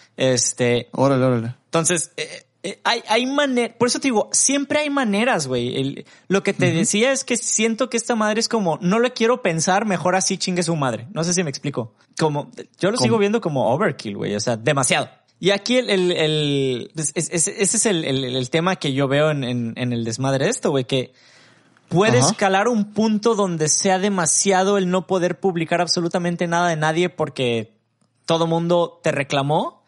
Este. Órale, órale. Entonces, eh, eh, hay, hay maneras, por eso te digo, siempre hay maneras, güey. Lo que te uh-huh. decía es que siento que esta madre es como, no le quiero pensar, mejor así chingue su madre. No sé si me explico. Como, yo lo ¿Cómo? sigo viendo como overkill, güey. O sea, demasiado. Y aquí el, el, el es, es, ese es el, el, el tema que yo veo en, en, en el desmadre de esto, güey, que puede Ajá. escalar un punto donde sea demasiado el no poder publicar absolutamente nada de nadie porque todo mundo te reclamó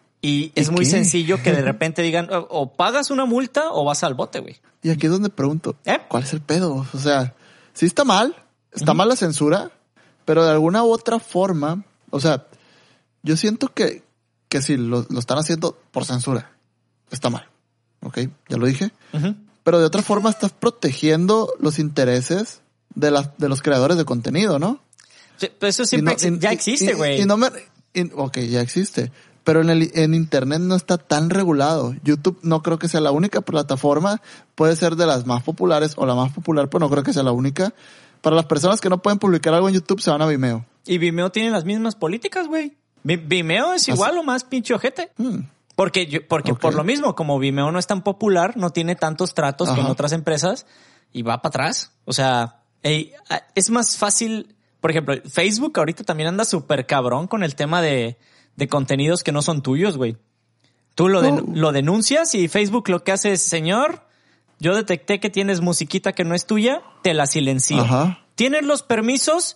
y es ¿Y muy qué? sencillo que de repente digan o, o pagas una multa o vas al bote, güey. Y aquí es donde pregunto, ¿Eh? ¿cuál es el pedo? O sea, sí está mal, está uh-huh. mal la censura, pero de alguna u otra forma, o sea, yo siento que que sí, lo, lo están haciendo por censura. Está mal. ¿Ok? Ya lo dije. Uh-huh. Pero de otra forma estás protegiendo los intereses de, la, de los creadores de contenido, ¿no? Sí, pero eso siempre no, ex- ya existe, güey. Y, y no me... Y, ok, ya existe. Pero en el en internet no está tan regulado. YouTube no creo que sea la única plataforma. Puede ser de las más populares o la más popular, pero no creo que sea la única. Para las personas que no pueden publicar algo en YouTube se van a Vimeo. Y Vimeo tiene las mismas políticas, güey. Vimeo es igual ¿Así? o más pinche ojete. Hmm. Porque, yo, porque okay. por lo mismo, como Vimeo no es tan popular, no tiene tantos tratos Ajá. con otras empresas y va para atrás. O sea, hey, es más fácil. Por ejemplo, Facebook ahorita también anda súper cabrón con el tema de, de contenidos que no son tuyos, güey. Tú lo, de, oh. lo denuncias y Facebook lo que hace es, señor, yo detecté que tienes musiquita que no es tuya, te la silencio. Ajá. ¿Tienes los permisos?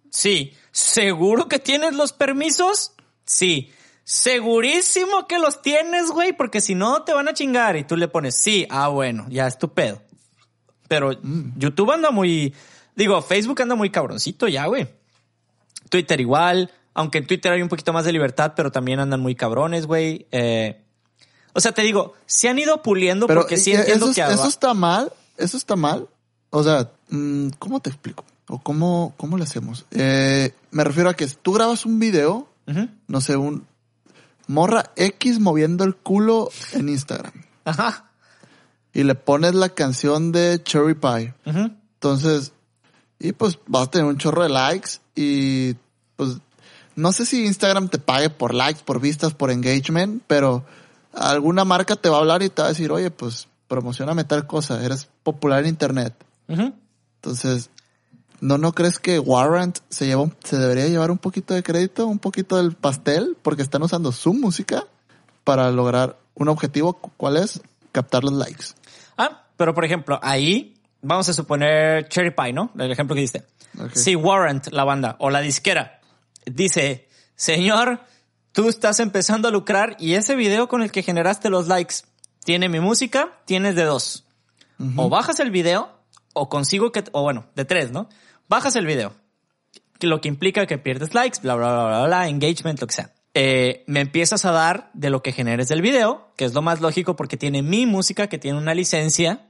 Sí. ¿Seguro que tienes los permisos? Sí. Segurísimo que los tienes, güey, porque si no te van a chingar. Y tú le pones, sí, ah, bueno, ya es tu pedo. Pero mm. YouTube anda muy... Digo, Facebook anda muy cabroncito ya, güey. Twitter igual, aunque en Twitter hay un poquito más de libertad, pero también andan muy cabrones, güey. Eh, o sea, te digo, se han ido puliendo pero porque sí entiendo eso, que... Eso está mal, eso está mal. O sea, ¿cómo te explico? ¿O cómo, cómo le hacemos? Eh, me refiero a que tú grabas un video, uh-huh. no sé, un... Morra X moviendo el culo en Instagram. Ajá. Y le pones la canción de Cherry Pie. Uh-huh. Entonces, y pues vas a tener un chorro de likes y pues no sé si Instagram te pague por likes, por vistas, por engagement, pero alguna marca te va a hablar y te va a decir, oye, pues promocioname tal cosa, eres popular en internet. Uh-huh. Entonces, ¿no no crees que Warrant se lleva, se debería llevar un poquito de crédito, un poquito del pastel, porque están usando su música para lograr un objetivo? ¿Cuál es? Captar los likes. Ah, pero por ejemplo, ahí vamos a suponer Cherry Pie, ¿no? El ejemplo que diste. Okay. Si Warrant, la banda, o la disquera, dice, señor, tú estás empezando a lucrar y ese video con el que generaste los likes tiene mi música, tienes de dos. Uh-huh. O bajas el video, o consigo que, o bueno, de tres, ¿no? Bajas el video, lo que implica que pierdes likes, bla, bla, bla, bla, bla, engagement, lo que sea. Eh, me empiezas a dar de lo que generes del video, que es lo más lógico porque tiene mi música, que tiene una licencia,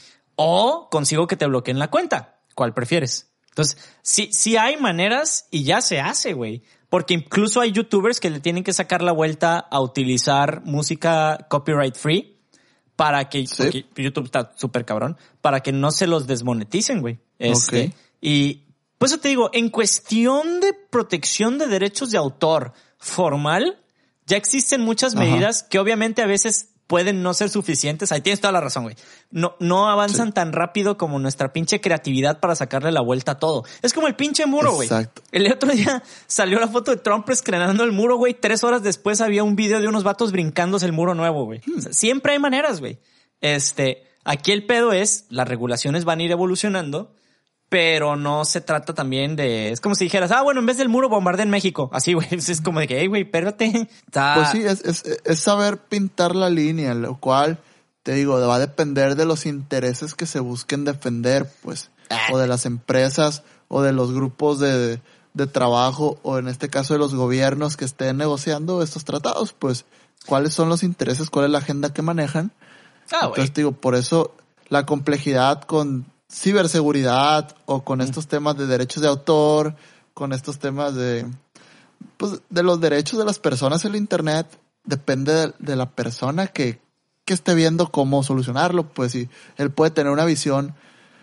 o consigo que te bloqueen la cuenta. ¿Cuál prefieres? Entonces, sí, sí hay maneras y ya se hace, güey. Porque incluso hay youtubers que le tienen que sacar la vuelta a utilizar música copyright free para que, ¿sí? Porque YouTube está súper cabrón, para que no se los desmoneticen, güey. Este, okay. Y pues eso te digo, en cuestión de protección de derechos de autor formal, ya existen muchas medidas. Ajá. Que obviamente a veces pueden no ser suficientes. Ahí tienes toda la razón, güey. No, no avanzan sí. tan rápido como nuestra pinche creatividad para sacarle la vuelta a todo. Es como el pinche muro, güey. Exacto. El otro día salió la foto de Trump estrenando el muro, güey. Tres horas después había un video de unos vatos brincándose el muro nuevo, güey. Hmm. O sea, siempre hay maneras, güey. Este, aquí el pedo es, las regulaciones van a ir evolucionando, pero no se trata también de... Es como si dijeras, ah, bueno, en vez del muro bombardea en México. Así, güey. Es como de que, hey, güey, espérate. Está... Pues sí, es, es, es saber pintar la línea, lo cual, te digo, va a depender de los intereses que se busquen defender, pues. Ah. O de las empresas, o de los grupos de, de trabajo, o en este caso de los gobiernos que estén negociando estos tratados, pues. ¿Cuáles son los intereses? ¿Cuál es la agenda que manejan? Ah, Entonces, güey. te digo, por eso la complejidad con ciberseguridad o con estos temas de derechos de autor, con estos temas de pues de los derechos de las personas en el internet, depende de, de la persona que, que esté viendo cómo solucionarlo. Pues sí, él puede tener una visión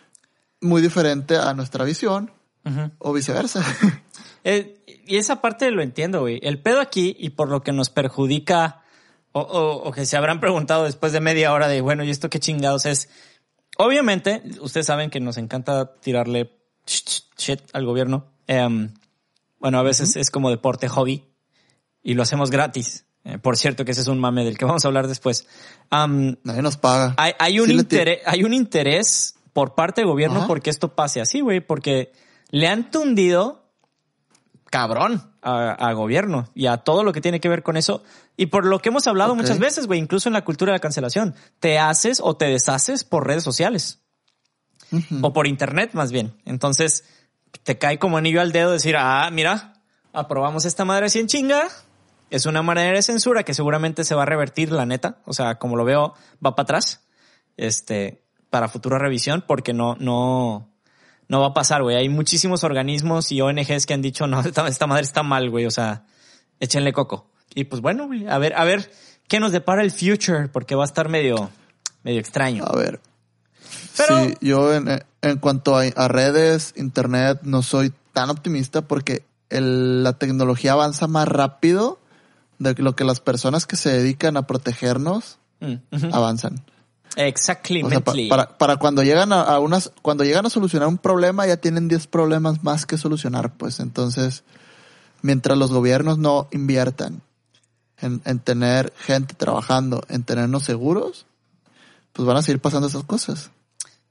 muy diferente a nuestra visión, uh-huh. o viceversa. Eh, y esa parte lo entiendo, güey. El pedo aquí, y por lo que nos perjudica, o, o, o que se habrán preguntado después de media hora de, bueno, ¿y esto qué chingados es? Obviamente, ustedes saben que nos encanta tirarle shit al gobierno. Um, bueno, a veces uh-huh. es como deporte, hobby, y lo hacemos gratis. Eh, por cierto, que ese es un mame del que vamos a hablar después. Um, Nadie nos paga. Hay, hay, un sí interés, hay un interés por parte del gobierno uh-huh. porque esto pase así, güey, porque le han tundido cabrón a, a gobierno y a todo lo que tiene que ver con eso. Y por lo que hemos hablado okay. muchas veces, güey, incluso en la cultura de la cancelación, te haces o te deshaces por redes sociales. Uh-huh. O por internet, más bien. Entonces, te cae como anillo al dedo decir, ah, mira, aprobamos esta madre así en chinga. Es una manera de censura que seguramente se va a revertir, la neta. O sea, como lo veo, va para atrás. Este, para futura revisión, porque no, no... No va a pasar, güey. Hay muchísimos organismos y O N Ges que han dicho, no, esta, esta madre está mal, güey. O sea, échenle coco. Y pues bueno, güey, a ver, a ver qué nos depara el future, porque va a estar medio, medio extraño. A ver. Pero... Sí, yo en, en cuanto a, a redes, internet, no soy tan optimista porque el, la tecnología avanza más rápido de lo que las personas que se dedican a protegernos mm, uh-huh. avanzan. Exactamente. O sea, pa, para, para cuando llegan a, a unas, cuando llegan a solucionar un problema, ya tienen diez problemas más que solucionar, pues. Entonces, mientras los gobiernos no inviertan en, en tener gente trabajando, en tenernos seguros, pues van a seguir pasando esas cosas.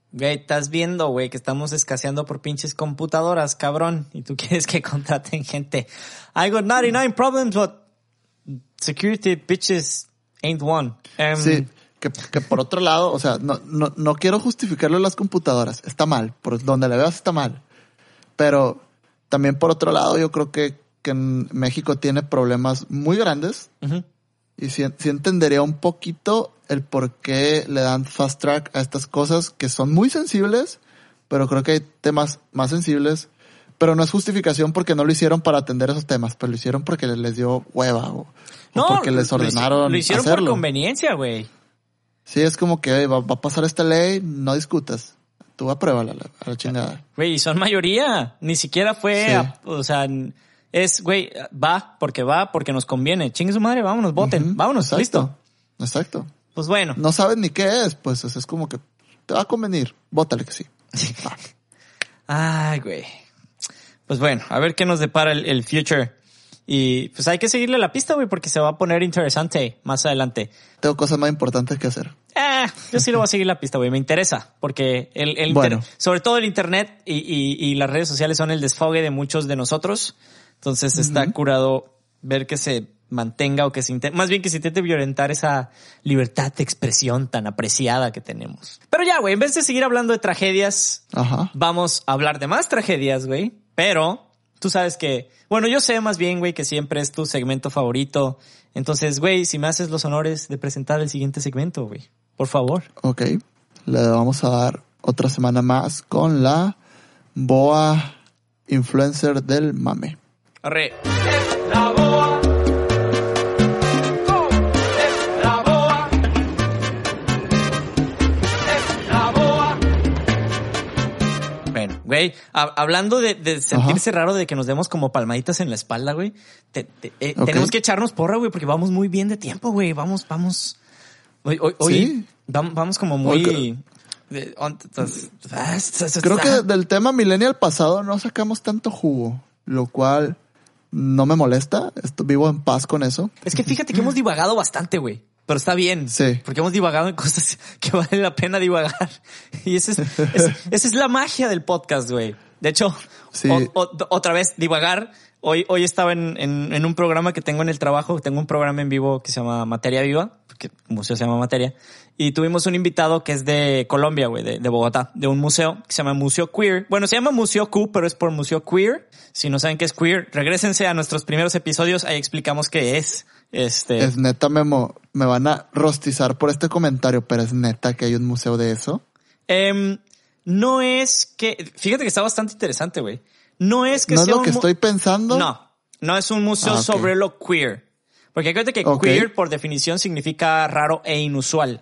Güey, estás viendo, güey, que estamos escaseando por pinches computadoras, cabrón. Y tú quieres que contraten gente. I got ninety-nine problems, but security bitches ain't one. Um, sí, que, que por otro lado, o sea, no, no, no quiero justificarlo en las computadoras. Está mal, por donde le veas está mal. Pero también por otro lado, yo creo que, que en México tiene problemas muy grandes. Uh-huh. Y sí, sí entendería un poquito el por qué le dan fast track a estas cosas que son muy sensibles, pero creo que hay temas más sensibles, pero no es justificación porque no lo hicieron para atender esos temas, pero lo hicieron porque les dio hueva o, no, o porque les ordenaron lo, lo hicieron hacerlo. Por conveniencia, güey. Sí, es como que va, va a pasar esta ley, no discutas. Tú apruébala a, a la chingada. Güey, y son mayoría. Ni siquiera fue, sí. a, o sea, es, güey, va porque va, porque nos conviene. Chingue su madre, vámonos, voten, uh-huh. vámonos, Exacto. listo. Exacto. Pues bueno. No sabes ni qué es, pues es como que te va a convenir. Vótale que sí. Ay, güey. Pues bueno, a ver qué nos depara el, el future. Y pues hay que seguirle la pista, güey, porque se va a poner interesante más adelante. Tengo cosas más importantes que hacer. Eh, yo sí le voy a seguir la pista, güey. Me interesa, porque el, el bueno. inter- sobre todo el internet y, y, y las redes sociales son el desfogue de muchos de nosotros. Entonces uh-huh. está curado ver que se mantenga o que se intente, más bien que se intente violentar esa libertad de expresión tan apreciada que tenemos. Pero ya, güey, en vez de seguir hablando de tragedias, Ajá. vamos a hablar de más tragedias, güey. Pero tú sabes que, bueno, yo sé más bien, güey, que siempre es tu segmento favorito. Entonces, güey, si me haces los honores de presentar el siguiente segmento, güey, por favor. Ok, le vamos a dar otra semana más con la boa influencer del mame. Arre. La boa. La boa. La boa. Bueno, güey, a- hablando de, de sentirse Ajá. raro de que nos demos como palmaditas en la espalda, güey, te, te, eh, okay. tenemos que echarnos porra, güey, porque vamos muy bien de tiempo, güey. Vamos, vamos. Hoy, hoy, hoy ¿Sí? vamos, vamos como muy... Okay. Creo que del tema millennial pasado no sacamos tanto jugo, lo cual no me molesta. Estoy vivo en paz con eso. Es que fíjate que hemos divagado bastante, güey. Pero está bien. Sí. Porque hemos divagado en cosas que vale la pena divagar. Y esa es, es, esa es la magia del podcast, güey. De hecho, sí. o, o, otra vez, divagar. Hoy, hoy estaba en, en, en un programa que tengo en el trabajo. Tengo un programa en vivo que se llama Materia Viva, porque el museo se llama Materia. Y tuvimos un invitado que es de Colombia, güey, de, de Bogotá, de un museo que se llama Museo Queer. Bueno, se llama Museo Q, pero es por Museo Queer. Si no saben qué es queer, regrésense a nuestros primeros episodios. Ahí explicamos qué es. Este. Es neta, Memo. Me van a rostizar por este comentario, pero es neta que hay un museo de eso. Um, no es que, fíjate que está bastante interesante, güey. No es que ¿No sea es lo que mu- estoy pensando? No, no es un museo Ah, okay. sobre lo queer. Porque acuérdate que Okay. queer por definición significa raro e inusual.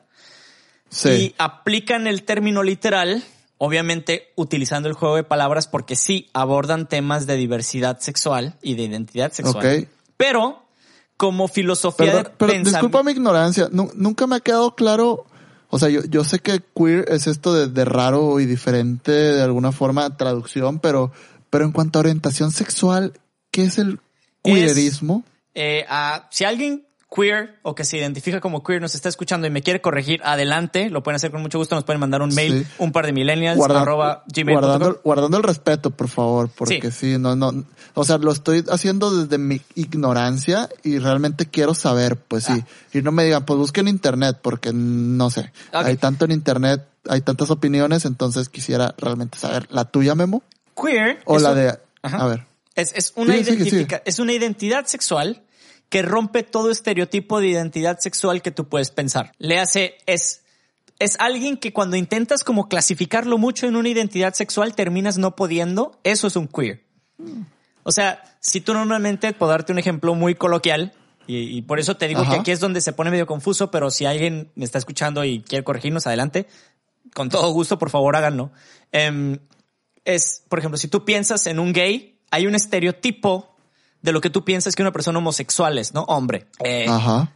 Sí. Y aplican el término literal, obviamente utilizando el juego de palabras porque sí abordan temas de diversidad sexual y de identidad sexual. Ok. Pero como filosofía Perdón, de pero pensamiento... disculpa mi ignorancia. Nu- nunca me ha quedado claro. O sea, yo, yo sé que queer es esto de, de raro y diferente de alguna forma traducción, pero, pero en cuanto a orientación sexual, ¿qué es el queerismo? Eh, a, si alguien queer o que se identifica como queer nos está escuchando y me quiere corregir, adelante, lo pueden hacer con mucho gusto, nos pueden mandar un mail, Sí. un par de millennials, Guarda- arroba gmail punto com. guardando, guardando el respeto, por favor, porque sí. sí, no, no, o sea, lo estoy haciendo desde mi ignorancia y realmente quiero saber, pues sí, Ah. y no me digan, pues busquen en internet, porque no sé, Okay. hay tanto en internet, hay tantas opiniones, entonces quisiera realmente saber la tuya, Memo, Queer o es la un- de, Ajá. a ver, Es, es una Sigue, sigue, identifica, sigue. es una identidad sexual que rompe todo estereotipo de identidad sexual que tú puedes pensar. Le hace, es, es alguien que cuando intentas como clasificarlo mucho en una identidad sexual terminas no pudiendo. Eso es un queer. O sea, si tú normalmente, por darte un ejemplo muy coloquial, y, y por eso te digo Ajá. que aquí es donde se pone medio confuso, pero si alguien me está escuchando y quiere corregirnos, adelante. Con todo gusto, por favor, háganlo. Um, es, por ejemplo, si tú piensas en un gay, hay un estereotipo de lo que tú piensas que una persona homosexual es, ¿no? Hombre. Eh, ajá,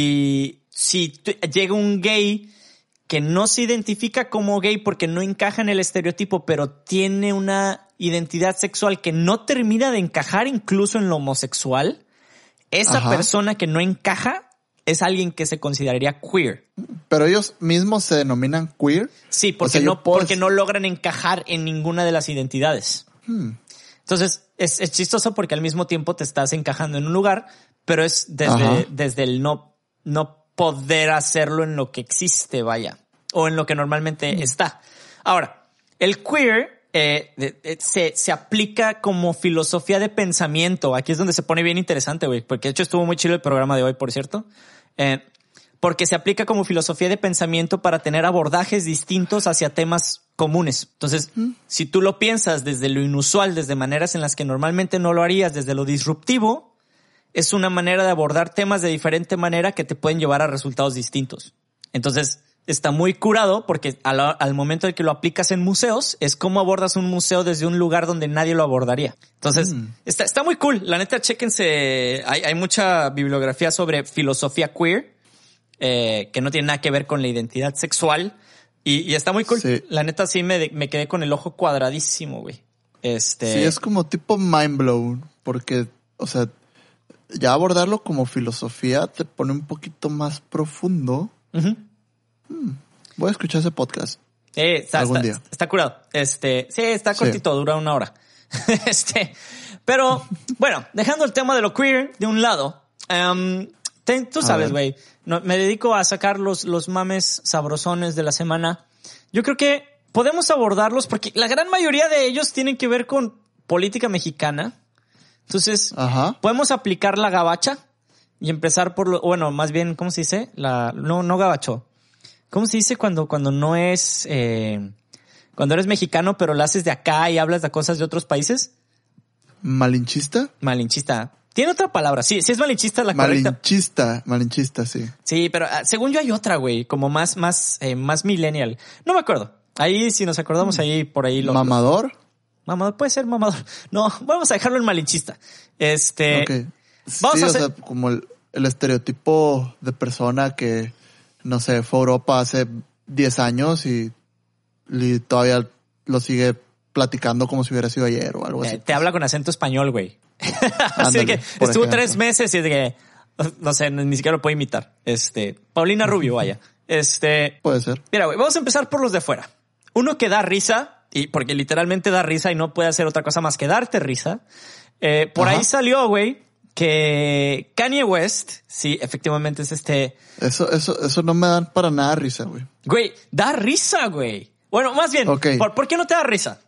y si t- llega un gay que no se identifica como gay porque no encaja en el estereotipo, pero tiene una identidad sexual que no termina de encajar incluso en lo homosexual, esa Ajá. persona que no encaja es alguien que se consideraría queer. Pero ellos mismos se denominan queer. Sí, porque, o sea, no, puedo... porque no logran encajar en ninguna de las identidades. Hmm. Entonces, es, es chistoso porque al mismo tiempo te estás encajando en un lugar, pero es desde, desde el no, no poder hacerlo en lo que existe, vaya, o en lo que normalmente hmm. está. Ahora, el queer eh, eh, se, se aplica como filosofía de pensamiento. Aquí es donde se pone bien interesante, güey, porque de hecho estuvo muy chido el programa de hoy, por cierto. Eh, porque se aplica como filosofía de pensamiento para tener abordajes distintos hacia temas comunes. Entonces, ¿Mm? si tú lo piensas desde lo inusual, desde maneras en las que normalmente no lo harías, desde lo disruptivo, es una manera de abordar temas de diferente manera que te pueden llevar a resultados distintos. Entonces, está muy curado porque al, al momento en que lo aplicas en museos, es como abordas un museo desde un lugar donde nadie lo abordaría. Entonces, mm. está, está muy cool. La neta, chéquense. Hay, hay mucha bibliografía sobre filosofía queer, eh, que no tiene nada que ver con la identidad sexual. Y, y está muy cool. Sí. La neta, sí me, me quedé con el ojo cuadradísimo, güey. Este... Sí, es como tipo mind blown, porque, o sea, ya abordarlo como filosofía te pone un poquito más profundo. Uh-huh. Hmm, voy a escuchar ese podcast. Sí, está, algún está, día. Está curado. Este, sí, está cortito, sí. Dura una hora. este, pero, bueno, dejando el tema de lo queer de un lado, um, te, tú sabes, güey, no, me dedico a sacar los, los mames sabrosones de la semana. Yo creo que podemos abordarlos porque la gran mayoría de ellos tienen que ver con política mexicana. Entonces, Ajá. podemos aplicar la gabacha y empezar por lo, bueno, más bien, ¿cómo se dice? La, no, no gabacho. ¿Cómo se dice cuando, cuando no es, eh, cuando eres mexicano, pero lo haces de acá y hablas de cosas de otros países? ¿Malinchista? Malinchista. Tiene otra palabra. Sí, sí es malinchista la correcta. Malinchista, malinchista, sí. Sí, pero uh, según yo hay otra, güey, como más, más, eh, más millennial. No me acuerdo. Ahí, si nos acordamos, ahí, por ahí lo. ¿Mamador? Lo, mamador, puede ser mamador. No, vamos a dejarlo en malinchista. Este. Ok. Vamos sí, a hacer... o sea, como el, el estereotipo de persona que, no sé, fue a Europa hace diez años y, y todavía lo sigue platicando como si hubiera sido ayer o algo así. Eh, te habla con acento español, güey. Así que estuvo ejemplo. tres meses y de que, no sé, ni siquiera lo puedo imitar. Este, Paulina Rubio, vaya. Este. Puede ser. Mira, güey, vamos a empezar por los de fuera. Uno que da risa, y porque literalmente da risa y no puede hacer otra cosa más que darte risa. Eh, por Ajá. ahí salió, güey, que Kanye West, sí, efectivamente es este. Eso, eso, eso no me dan para nada risa, güey. Güey, da risa, güey. Bueno, más bien, okay. ¿por, ¿por qué no te da risa?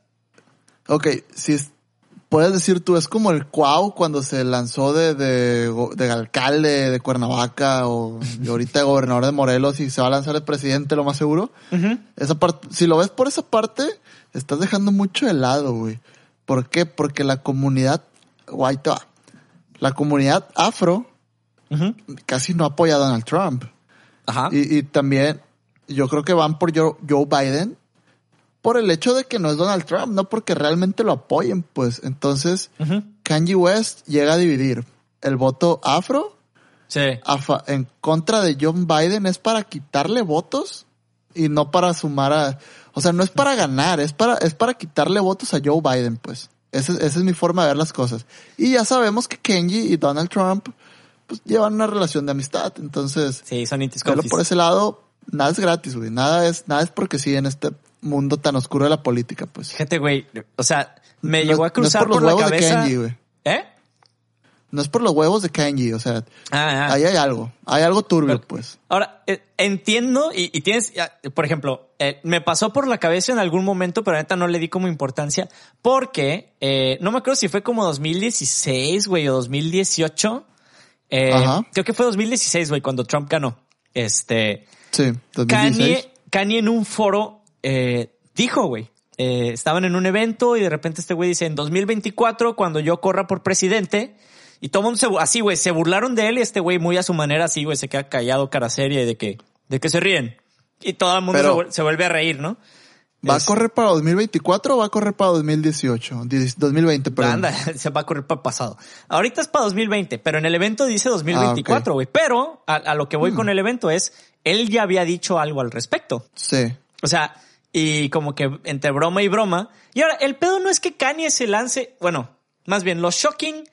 Ok, si es, puedes decir tú, es como el Cuau cuando se lanzó de, de, de alcalde de Cuernavaca o de ahorita de gobernador de Morelos y se va a lanzar de presidente, lo más seguro. Uh-huh. Esa parte, si lo ves por esa parte, estás dejando mucho de lado, güey. ¿Por qué? Porque la comunidad, guay, te va. La comunidad afro uh-huh. casi no apoya a Donald Trump. Ajá. Y, y también yo creo que van por Joe, Joe Biden por el hecho de que no es Donald Trump, no porque realmente lo apoyen, pues. Entonces, uh-huh. Kanye West llega a dividir el voto afro sí. fa- en contra de John Biden. Es para quitarle votos y no para sumar a... O sea, no es para ganar, es para, es para quitarle votos a Joe Biden, pues. Esa, esa es mi forma de ver las cosas. Y ya sabemos que Kanye y Donald Trump pues llevan una relación de amistad. Entonces, sí, son verlo por ese lado, nada es gratis, güey. Nada es, nada es porque sí en este mundo tan oscuro de la política, pues. Fíjate, güey, o sea, me no, llegó a cruzar no es por, por la cabeza. De Kanye, güey. ¿Eh? No es por los huevos de Kanye, o sea, ah, ah. ahí hay algo, hay algo turbio, Pero, pues. Ahora, eh, entiendo y, y tienes, por ejemplo, eh, me pasó por la cabeza en algún momento, pero ahorita no le di como importancia, porque eh, no me acuerdo si fue como dos mil dieciséis, güey, o dos mil dieciocho. Eh, Ajá. Creo que fue dos mil dieciséis, güey, cuando Trump ganó. Este. Sí, dos mil dieciséis. Kanye, Kanye en un foro eh, dijo, güey, eh, estaban en un evento y de repente este güey dice, en dos mil veinticuatro, cuando yo corra por presidente, y todo el mundo se, así, güey, se burlaron de él y este güey muy a su manera, así, güey, se queda callado, cara seria y de que, de que se ríen. Y todo el mundo Pero, se, se vuelve a reír, ¿no? ¿Va es, a correr para dos mil veinticuatro o va a correr para dos mil dieciocho? dos mil veinte, perdón. Anda, se va a correr para el pasado. Ahorita es para dos mil veinte, pero en el evento dice dos mil veinticuatro, güey. Ah, okay. Pero a, a lo que voy hmm. con el evento es, él ya había dicho algo al respecto. Sí. O sea, y como que entre broma y broma. Y ahora, el pedo no es que Kanye se lance, bueno, más bien, lo shocking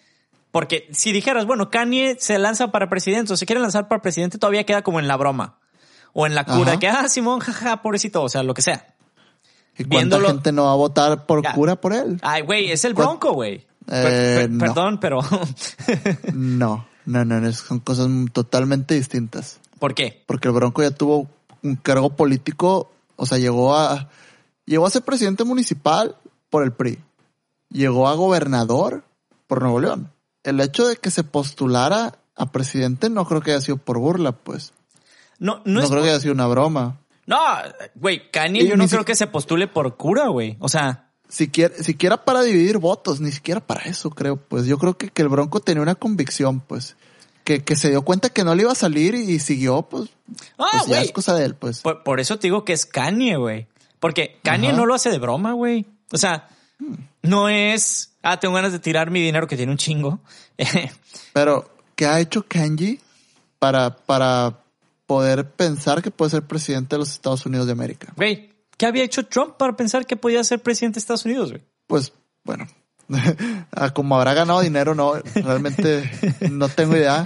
Porque si dijeras, bueno, Kanye se lanza para presidente o se quiere lanzar para presidente, todavía queda como en la broma. O en la cura, Ajá. que, ah, Simón, jaja, pobrecito, o sea, lo que sea. ¿Y cuánta Viéndolo- gente no va a votar por Ya. cura por él? Ay, güey, es el ¿Cuán- Bronco, güey. Eh, Per- per- no. Perdón, pero... No, no, no, no, son cosas totalmente distintas. ¿Por qué? Porque el Bronco ya tuvo un cargo político, o sea, llegó a llegó a ser presidente municipal por el P R I. Llegó a gobernador por Nuevo León. El hecho de que se postulara a presidente no creo que haya sido por burla, pues. No, no, No, es creo por- que haya sido una broma. No, güey, Kanye Y yo no ni creo si- que se postule por cura, güey. O sea, Siquiera, siquiera para dividir votos, ni siquiera para eso, creo, pues. Yo creo que, que el Bronco tenía una convicción, pues. Que, que se dio cuenta que no le iba a salir y, y siguió, pues. ah, pues ya güey. es cosa de él, pues. Por, por eso te digo que es Kanye, güey. Porque Kanye Ajá. no lo hace de broma, güey. O sea, no es, ah, tengo ganas de tirar mi dinero que tiene un chingo. Pero, ¿qué ha hecho Kanye para, para poder pensar que puede ser presidente de los Estados Unidos de América? Güey, ¿qué había hecho Trump para pensar que podía ser presidente de Estados Unidos, güey? Pues, bueno. Ah, como habrá ganado dinero, no, realmente no tengo idea.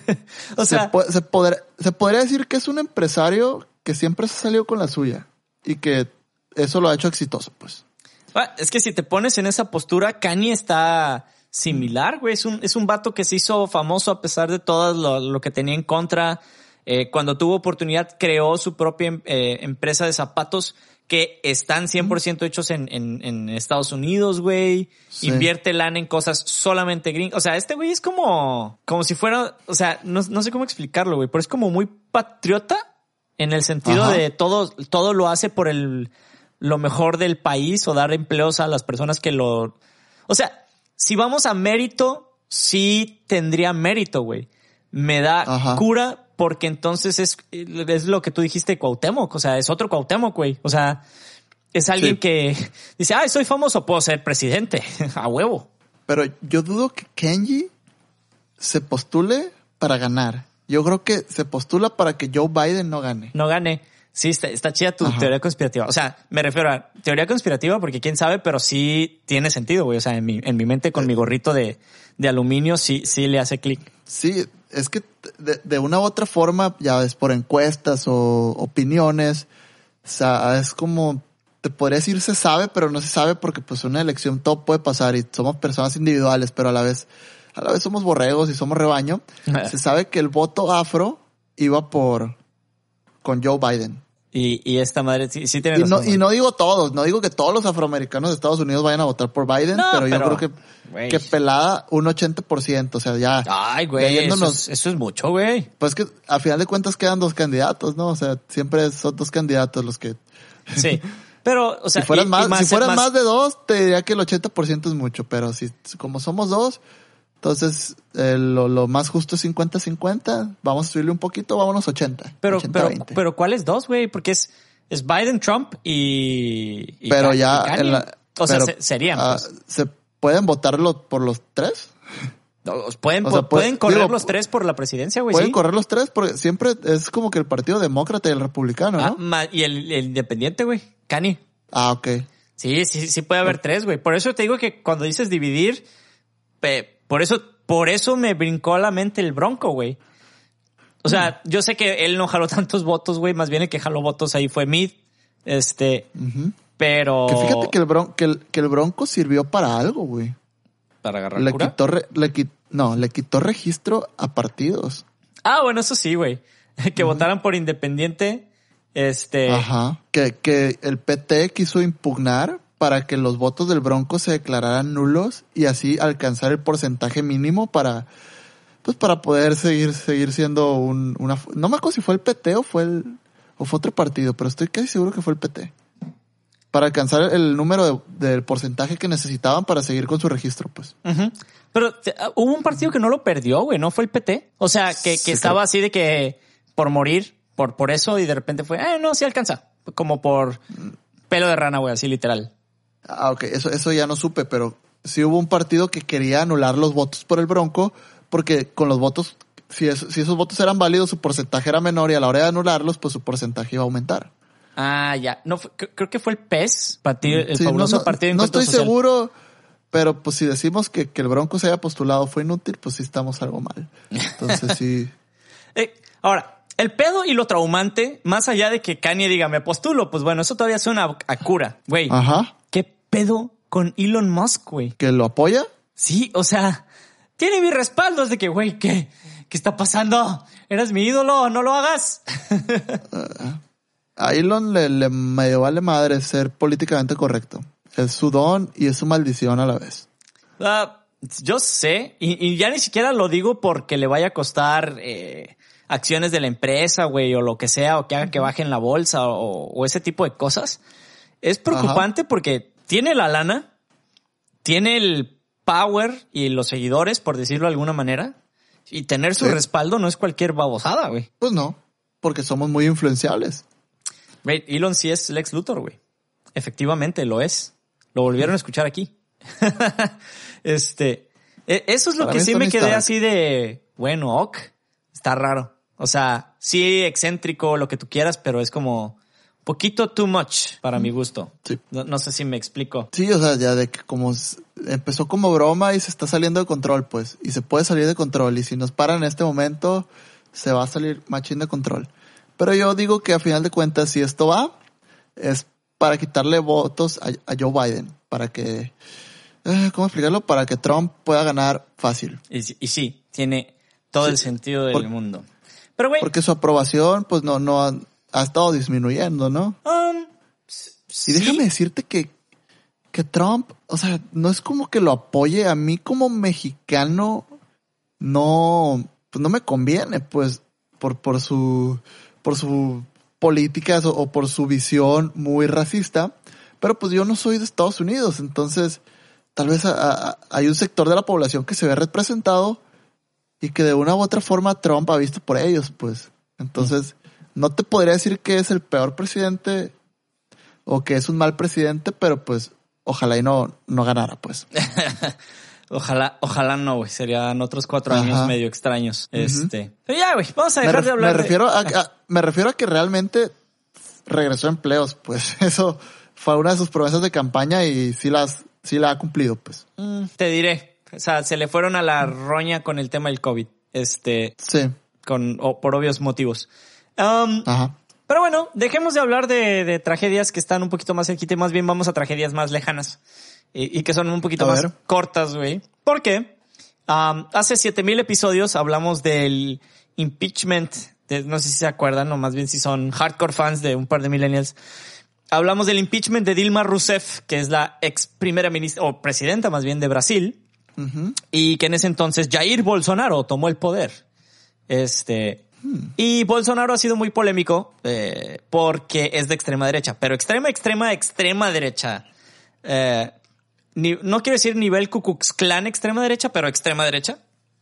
O sea, se, po- se, poder- se podría decir que es un empresario que siempre se ha salido con la suya y que eso lo ha hecho exitoso, pues. ah, es que si te pones en esa postura, Kanye está similar, güey. Es un, es un vato que se hizo famoso a pesar de todo lo, lo que tenía en contra. Eh, cuando tuvo oportunidad, creó su propia eh, empresa de zapatos que están cien por ciento hechos en, en, en Estados Unidos, güey. Sí. Invierte lana en cosas solamente gringas. O sea, este güey es como, como si fuera, o sea, no, no sé cómo explicarlo, güey, pero es como muy patriota en el sentido Ajá. de todo, todo lo hace por el, lo mejor del país o dar empleos a las personas que lo, o sea, si vamos a mérito, sí tendría mérito, güey. Me da Ajá. cura porque entonces es, es lo que tú dijiste, Cuauhtémoc. O sea, es otro Cuauhtémoc, güey. O sea, es alguien Sí. que dice, ah, soy famoso, puedo ser presidente. A huevo. Pero yo dudo que Kanye se postule para ganar. Yo creo que se postula para que Joe Biden no gane. No gane. Sí, está, está chida tu Ajá. teoría conspirativa. O sea, me refiero a teoría conspirativa porque quién sabe, pero sí tiene sentido, güey. O sea, en mi, en mi mente con mi gorrito de, de aluminio sí, sí le hace clic. Sí, es que de, de una u otra forma, ya ves, por encuestas o opiniones, o sea, es como, te podría decir se sabe, pero no se sabe porque pues una elección todo puede pasar y somos personas individuales, pero a la vez, a la vez somos borregos y somos rebaño. Se sabe que el voto afro iba por, con Joe Biden. Y, y esta madre sí, sí tiene Y razón, no, y güey. no digo todos, no digo que todos los afroamericanos de Estados Unidos vayan a votar por Biden, No, pero, yo pero, creo que, güey. que pelada un ochenta por ciento, o sea, ya. Ay, güey, eso yéndonos- es, eso es mucho, güey. Pues que a final de cuentas quedan dos candidatos, ¿no? O sea, siempre son dos candidatos los que... Sí. Pero, o sea, si fueran, y- y más, si fueran más- más de dos, te diría que el ochenta por ciento es mucho, pero si como somos dos, entonces eh, lo, lo más justo es cincuenta cincuenta, vamos a subirle un poquito, vámonos ochenta. Pero, ochenta, pero, veinte. pero ¿cuáles dos, güey? Porque es, es Biden, Trump y, y Pero Ka- ya... y Kanye. en la- o sea, pero, se- serían, ah, pues. ¿se pueden votar los- por los tres? Pueden, o sea, pu- puede- pueden correr digo, los tres por la presidencia, güey, ¿Pueden sí. correr los tres? Porque siempre es como que el partido demócrata y el republicano, Ah, ¿no? ma- y el, el independiente, güey, Kanye. Ah, ok. Sí, sí, sí puede haber tres, güey. Por eso te digo que cuando dices dividir, pe- por eso, por eso me brincó a la mente el Bronco, güey. O sea, Mm. yo sé que él no jaló tantos votos, güey. Más bien el que jaló votos ahí fue Mid. Este, Ujú. pero... Que fíjate que el, bron que, el, que el Bronco sirvió para algo, güey. Para agarrar Le cura. quitó, re- le qui- no, le quitó registro a partidos. Ah, bueno, eso sí, güey. Que votaran por independiente. Este. Ajá. Que, que el P T quiso impugnar para que los votos del Bronco se declararan nulos y así alcanzar el porcentaje mínimo para, pues para poder seguir, seguir siendo un, una, no me acuerdo si fue el P T o fue el, o fue otro partido, pero estoy casi seguro que fue el P T. Para alcanzar el número de- del porcentaje que necesitaban para seguir con su registro, pues. Ujú. Pero te- uh, hubo un partido que no lo perdió, güey. ¿No fue el P T? O sea, que, que Sí, estaba creo. así de que por morir, por, por eso, y de repente fue, eh, no, sí alcanza. Como por pelo de rana, güey, así literal. Ah, ok, eso, eso ya no supe, pero sí hubo un partido que quería anular los votos por el Bronco, porque con los votos, si, es- si esos votos eran válidos, su porcentaje era menor y a la hora de anularlos, pues su porcentaje iba a aumentar. Ah, ya. No, fue- cre- creo que fue el P E S, partido, el Sí, fabuloso no, no, partido de no Encuentro estoy Social. seguro, Pero pues si decimos que, que el Bronco se haya postulado fue inútil, pues sí estamos algo mal. Entonces sí. eh, ahora, el pedo y lo traumante, más allá de que Kanye diga me postulo, pues bueno, eso todavía suena a, a cura. Güey, Ajá. ¿qué pedo con Elon Musk, güey? ¿Que lo apoya? Sí, o sea, tiene mi respaldo. Es de que, güey, ¿qué, ¿qué está pasando? Eres mi ídolo, no lo hagas. uh, a Elon le, le medio vale madre ser políticamente correcto. Es su don y es su maldición a la vez. Uh, yo sé, y, y ya ni siquiera lo digo porque le vaya a costar eh, acciones de la empresa, güey, o lo que sea, o que haga que baje en la bolsa, o, o ese tipo de cosas. Es preocupante. Ajá. Porque tiene la lana, tiene el power y los seguidores, por decirlo de alguna manera, y tener su sí. respaldo no es cualquier babosada, güey. Pues no, porque somos muy influenciables. Güey, Elon sí es Lex Luthor, güey. Efectivamente, lo es. Lo volvieron a escuchar aquí. este, eso es lo Para que sí me quedé Stark. Así de, bueno, ok, está raro. O sea, sí excéntrico, lo que tú quieras, pero es como poquito too much para mi gusto. Sí. No, no sé si me explico. Sí, o sea, ya de que como empezó como broma y se está saliendo de control, pues, y se puede salir de control. Y si nos paran en este momento, se va a salir machín de control. Pero yo digo que a final de cuentas, si esto va, es para quitarle votos a, a Joe Biden, para que, eh, ¿cómo explicarlo? Para que Trump pueda ganar fácil. Y, y sí, tiene todo sí, el sentido del por, mundo. Pero güey, porque su aprobación, pues no, no ha, ha estado disminuyendo, ¿no? Um, y déjame ¿sí? decirte que, que Trump, o sea, no es como que lo apoye. A mí como mexicano, no, pues no me conviene, pues, por, por su, por su políticas o, o por su visión muy racista, pero pues yo no soy de Estados Unidos, entonces tal vez a, a, hay un sector de la población que se ve representado y que de una u otra forma Trump ha visto por ellos, pues. Entonces, no te podría decir que es el peor presidente o que es un mal presidente, pero pues ojalá y no, no ganara, pues. Ojalá, ojalá no, güey. Serían otros cuatro Ajá. años medio extraños. Uh-huh. Este. Pero ya, güey, vamos a dejar me de hablar. Me refiero de... a, a, me refiero a que realmente regresó a empleos, pues. Eso fue una de sus promesas de campaña y sí las, sí la ha cumplido, pues. Mm, te diré. O sea, se le fueron a la roña con el tema del COVID. Este. Sí. Con, o, por obvios motivos. Um, Ajá. Pero bueno, dejemos de hablar de, de tragedias que están un poquito más cerquita y más bien vamos a tragedias más lejanas. Y, y que son un poquito más cortas, güey. ¿Por qué? Um, hace siete mil episodios hablamos del impeachment. De, no sé si se acuerdan, o más bien si son hardcore fans de un par de millennials. Hablamos del impeachment de Dilma Rousseff, que es la ex primera ministra, o presidenta más bien de Brasil. Uh-huh. Y que en ese entonces Jair Bolsonaro tomó el poder. Este... Hmm. Y Bolsonaro ha sido muy polémico eh, porque es de extrema derecha. Pero extrema, extrema, extrema derecha. Eh... Ni, no quiero decir nivel Ku Klux Klan extrema derecha, pero extrema derecha.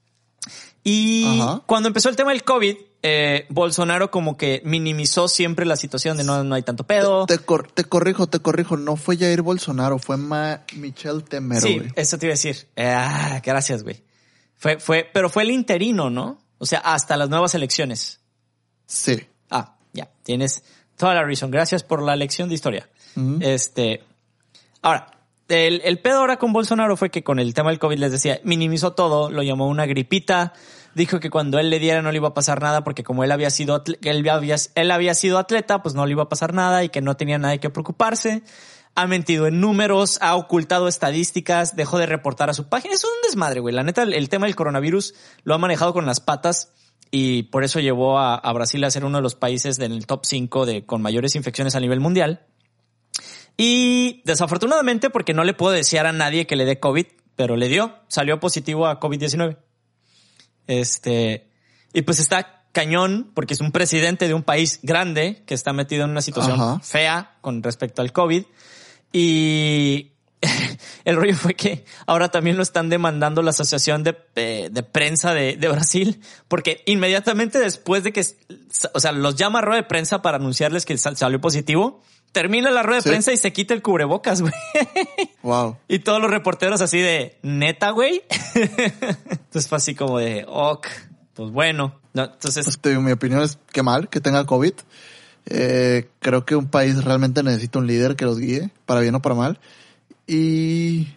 Y Ajá. cuando empezó el tema del COVID, eh, Bolsonaro como que minimizó siempre la situación de no, no hay tanto pedo. Te, te, cor, te corrijo, te corrijo. No fue Jair Bolsonaro, fue Ma, Michel Temer, Sí, güey. Eso te iba a decir. Eh, ah, gracias, güey. Fue, fue, pero fue el interino, ¿no? O sea, hasta las nuevas elecciones. Sí. Ah, ya. Tienes toda la razón. Gracias por la lección de historia. Uh-huh. Este, ahora... El, el pedo ahora con Bolsonaro fue que con el tema del COVID, les decía, minimizó todo, lo llamó una gripita, dijo que cuando él le diera no le iba a pasar nada porque como él había sido él había, él había sido atleta, pues no le iba a pasar nada y que no tenía nada que preocuparse. Ha mentido en números, ha ocultado estadísticas, dejó de reportar a su página. Es un desmadre, güey. La neta, el, el tema del coronavirus lo ha manejado con las patas y por eso llevó a, a Brasil a ser uno de los países en el top cinco de, con mayores infecciones a nivel mundial. Y desafortunadamente, porque no le puedo desear a nadie que le dé COVID, pero le dio, salió positivo a COVID diecinueve. Este, y pues está cañón, porque es un presidente de un país grande que está metido en una situación Ajá. fea con respecto al COVID. Y el rollo fue que ahora también lo están demandando la Asociación de, de, de Prensa de, de Brasil, porque inmediatamente después de que, o sea, los llama a rueda de prensa para anunciarles que sal, salió positivo. Termina la rueda de sí. prensa y se quita el cubrebocas, güey. Wow. Y todos los reporteros así de, ¿neta, güey? Entonces fue así como de, ok, pues bueno. No, entonces... Pues te digo, mi opinión es que mal que tenga COVID. Eh, creo que un país realmente necesita un líder que los guíe, para bien o para mal. Y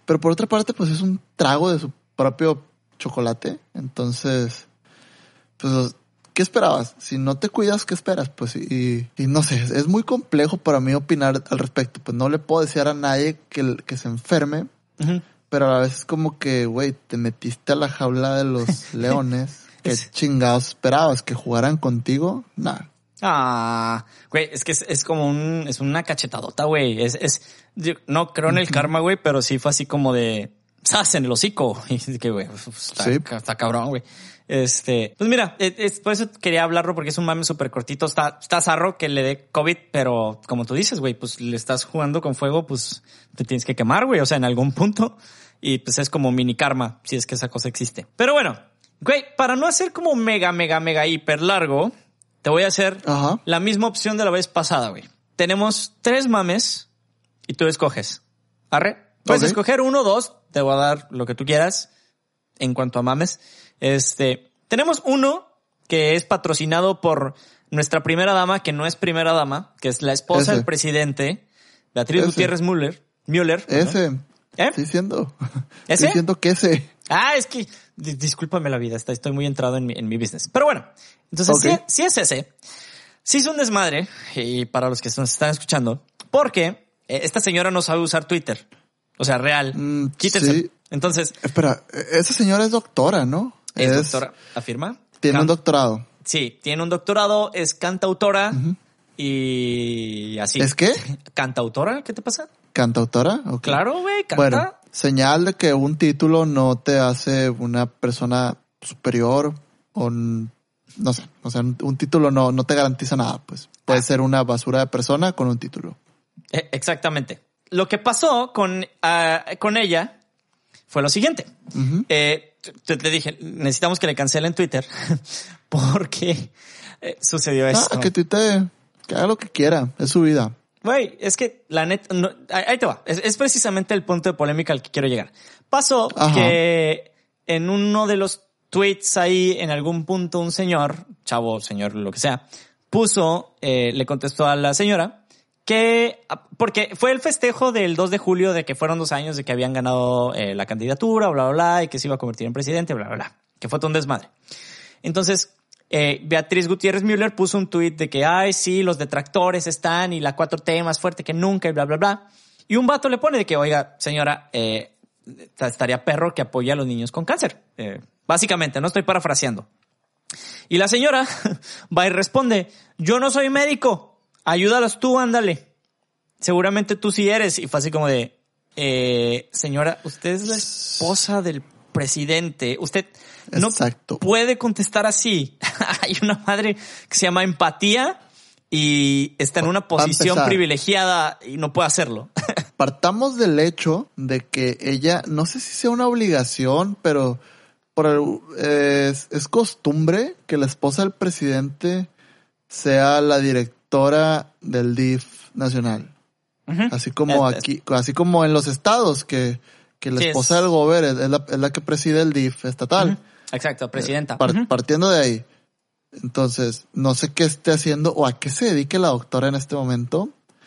pero por otra parte, pues es un trago de su propio chocolate. Entonces, pues, ¿qué esperabas? Si no te cuidas, ¿qué esperas? Pues, y, y no sé, es muy complejo para mí opinar al respecto. Pues no le puedo decir a nadie que, que se enferme, uh-huh. pero a la vez es como que, güey, te metiste a la jaula de los leones. ¿Qué chingados esperabas? ¿Que jugaran contigo? Nah. Ah, güey, es que es, es como un, es una cachetadota, güey. Es, es, yo no creo en el uh-huh. karma, güey, pero sí fue así como de, ¡zas! En el hocico. Y que, güey, está, sí. está cabrón, güey. Este, pues mira, es, es, por eso quería hablarlo, porque es un mame súper cortito. Está, está zarro que le dé COVID, pero como tú dices, güey, pues le estás jugando con fuego, pues te tienes que quemar, güey, o sea, en algún punto. Y pues es como mini karma, si es que esa cosa existe. Pero bueno, güey, para no hacer como mega, mega, mega hiper largo, te voy a hacer Ajá. la misma opción de la vez pasada, güey. Tenemos tres mames y tú escoges. ¿Arre? Puedes okay. escoger uno o dos, te voy a dar lo que tú quieras en cuanto a mames. Este, tenemos uno que es patrocinado por nuestra primera dama, que no es primera dama, que es la esposa Ese. del presidente, Beatriz ese. Gutiérrez Müller. Müller. Ese. ¿no? ¿Eh? Estoy diciendo. ¿Ese? Estoy diciendo que ese. Ah, es que, discúlpame la vida, estoy muy entrado en mi, en mi business. Pero bueno, entonces okay. si, si es ese, si es un desmadre, y para los que nos están escuchando, porque esta señora no sabe usar Twitter. O sea, real. Mm, Quítense. Sí. Entonces. Espera, esa señora es doctora, ¿no? Es, es doctora, ¿afirma? Tiene Can- un doctorado. Sí, tiene un doctorado, es cantautora uh-huh. y así. ¿Es qué? ¿Cantautora? ¿Qué te pasa? ¿Cantautora? Okay. Claro, güey, canta. Bueno, señal de que un título no te hace una persona superior o no sé, o sea, un título no, no te garantiza nada, pues. Puede ah. ser una basura de persona con un título. Eh, exactamente. Lo que pasó con, uh, con ella fue lo siguiente. Uh-huh. Eh, te, te dije, necesitamos que le cancelen Twitter porque eh, sucedió esto. Ah, que tuitee, que haga lo que quiera, es su vida. Güey, es que la neta, no, ahí te va. Es, es precisamente el punto de polémica al que quiero llegar. Pasó Ajá. que en uno de los tweets ahí, en algún punto, un señor, chavo, señor, lo que sea, puso, eh, le contestó a la señora que, porque fue el festejo del dos de julio de que fueron dos años de que habían ganado eh, la candidatura, bla, bla, bla, y que se iba a convertir en presidente, bla, bla, bla, que fue todo un desmadre. Entonces, eh, Beatriz Gutiérrez Müller puso un tuit de que, ay, sí, los detractores están y la cuatro T más fuerte que nunca y bla, bla, bla. Y un vato le pone de que, oiga, señora, eh, estaría perro que apoye a los niños con cáncer. Eh, básicamente, no estoy parafraseando. Y la señora va y responde, yo no soy médico. Ayúdalos tú, ándale. Seguramente tú sí eres. Y fue así como de, eh, señora, usted es la esposa del presidente. Usted no Exacto. puede contestar así. Hay una madre que se llama empatía y está en una posición privilegiada y no puede hacerlo. Partamos del hecho de que ella, no sé si sea una obligación, pero por el, eh, es, es costumbre que la esposa del presidente sea la directora del D I F nacional. Uh-huh. Así como es, aquí, así como en los estados, que, que la sí, esposa es. del gobierno es la, es la que preside el D I F estatal. Uh-huh. Exacto, presidenta. Eh, par, uh-huh. Partiendo de ahí. Entonces, no sé qué esté haciendo o a qué se dedique la doctora en este momento,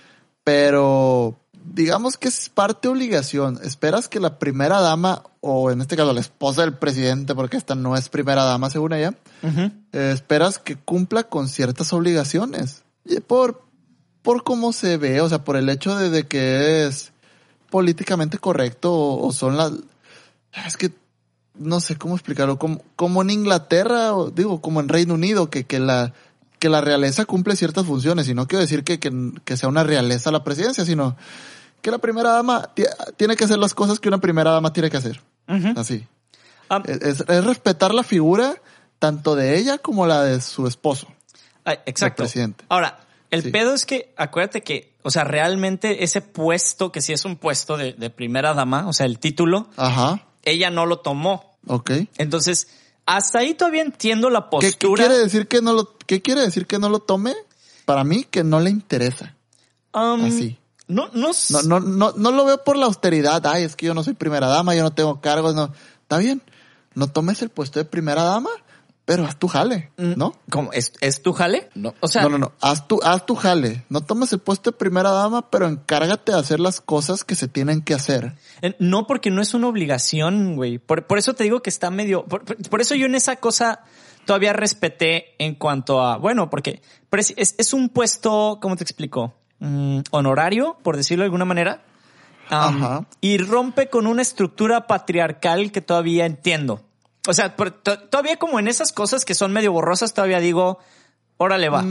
pero digamos que es parte obligación. Esperas que la primera dama, o en este caso la esposa del presidente, porque esta no es primera dama según ella, uh-huh. eh, esperas que cumpla con ciertas obligaciones. Y por, por cómo se ve, o sea, por el hecho de, de que es políticamente correcto o, o son las... Es que no sé cómo explicarlo. Como, como en Inglaterra, o digo, como en Reino Unido, que, que la... que la realeza cumple ciertas funciones, y no quiero decir que, que, que sea una realeza la presidencia, sino que la primera dama t- tiene que hacer las cosas que una primera dama tiene que hacer. Uh-huh. Así. Um, es, es respetar la figura tanto de ella como la de su esposo. Ay, exacto. El presidente. Ahora, el sí. pedo es que, acuérdate que, o sea, realmente ese puesto, que sí es un puesto de, de primera dama, o sea, el título, Ajá. ella no lo tomó. Ok. Entonces, hasta ahí todavía entiendo la postura. ¿Qué, qué quiere decir que no lo, qué quiere decir que no lo tome? Para mí, que no le interesa. Um, Así. No, no, no, no, no, no lo veo por la austeridad. Ay, es que yo no soy primera dama, yo no tengo cargos, no. Está bien. No tomes el puesto de primera dama pero haz tu jale, ¿no? ¿Cómo? ¿Es, es tu jale? No, o sea... No, no, no, haz tu, haz tu jale. No tomes el puesto de primera dama, pero encárgate de hacer las cosas que se tienen que hacer. No, porque no es una obligación, güey. Por, por eso te digo que está medio... Por, por eso yo en esa cosa todavía respeté en cuanto a... Bueno, porque es, es un puesto, ¿cómo te explico? Mm, honorario, por decirlo de alguna manera. Um, Ajá. Y rompe con una estructura patriarcal que todavía entiendo. O sea, por, to, todavía como en esas cosas que son medio borrosas, todavía digo, órale va.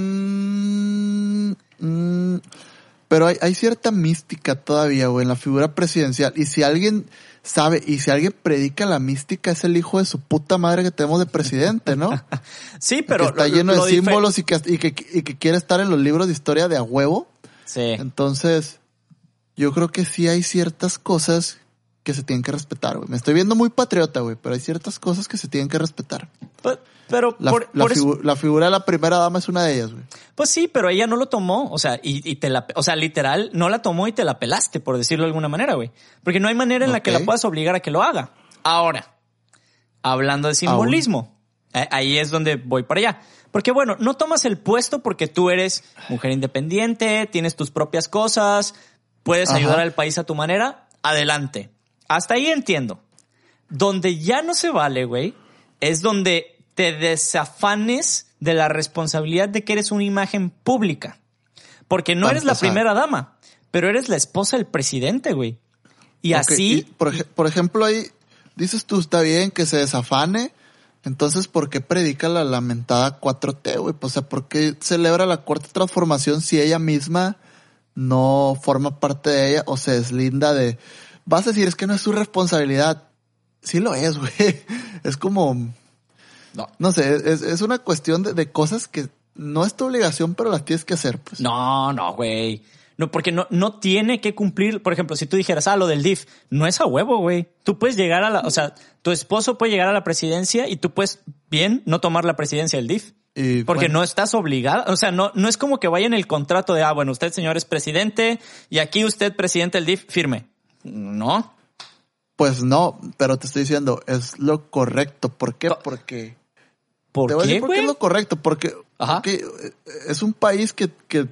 Mm, mm, pero hay, hay cierta mística todavía, güey, en la figura presidencial. Y si alguien sabe, y si alguien predica la mística, es el hijo de su puta madre que tenemos de presidente, ¿no? Sí, pero... Que está lo, lleno lo, de lo símbolos y que, y, que, y que quiere estar en los libros de historia de a huevo. Sí. Entonces, yo creo que sí hay ciertas cosas que se tienen que respetar, güey. Me estoy viendo muy patriota, güey, pero hay ciertas cosas que se tienen que respetar. Pero, pero la, por, la, por figu- eso... la figura de la primera dama es una de ellas, güey. Pues sí, pero ella no lo tomó, o sea, y, y te la, o sea, literal, no la tomó y te la pelaste, por decirlo de alguna manera, güey. Porque no hay manera en okay. la que la puedas obligar a que lo haga. Ahora, hablando de simbolismo, eh, ahí es donde voy para allá. Porque bueno, no tomas el puesto porque tú eres mujer independiente, tienes tus propias cosas, puedes Ajá. ayudar al país a tu manera, adelante. Hasta ahí entiendo. Donde ya no se vale, güey, es donde te desafanes de la responsabilidad de que eres una imagen pública. Porque no eres la primera dama, pero eres la esposa del presidente, güey. Y okay. así... Y por, ej- por ejemplo, ahí dices tú, está bien que se desafane. Entonces, ¿por qué predica la lamentada cuatro T, güey? O sea, ¿por qué celebra la cuarta transformación si ella misma no forma parte de ella o se deslinda de... Vas a decir, es que no es su responsabilidad. Sí lo es, güey. Es como... No, no sé, es, es una cuestión de, de cosas que no es tu obligación, pero las tienes que hacer, pues. No, no, güey. No, porque no, no tiene que cumplir. Por ejemplo, si tú dijeras, ah, lo del D I F, no es a huevo, güey. Tú puedes llegar a la, o sea, tu esposo puede llegar a la presidencia y tú puedes bien no tomar la presidencia del D I F. Y, porque bueno, no estás obligada. O sea, no, no es como que vaya en el contrato de, ah, bueno, usted, señor, es presidente y aquí usted, presidente del D I F, firme. No. Pues no, pero te estoy diciendo, es lo correcto. ¿Por qué? Porque... ¿Por te voy qué, a decir por qué es lo correcto. Porque, porque es un país que, que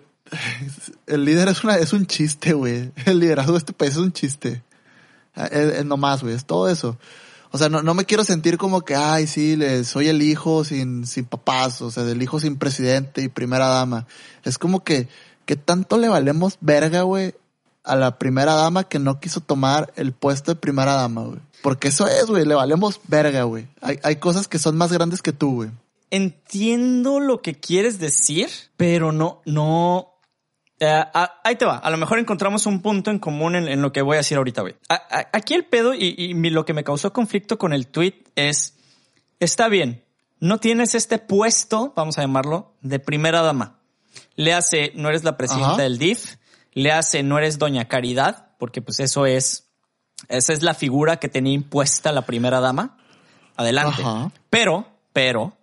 el líder es una, es un chiste, güey. El liderazgo de este país es un chiste. Es, es nomás, güey, es todo eso. O sea, no, no me quiero sentir como que, ay, sí, le, soy el hijo sin, sin papás, o sea, del hijo sin presidente y primera dama. Es como que, que tanto le valemos verga, güey, a la primera dama que no quiso tomar el puesto de primera dama, güey. Porque eso es, güey, le valemos verga, güey. Hay, hay cosas que son más grandes que tú, güey. Entiendo lo que quieres decir, pero no, no... Uh, uh, ahí te va. A lo mejor encontramos un punto en común en, en lo que voy a decir ahorita, güey. Uh, uh, aquí el pedo y, y mi, lo que me causó conflicto con el tweet es, está bien, no tienes este puesto, vamos a llamarlo, de primera dama. Le hace, no eres la presidenta Ajá. del D I F, le hace, no eres doña Caridad, porque pues eso es, esa es la figura que tenía impuesta la primera dama. Adelante. Ajá. Pero, pero...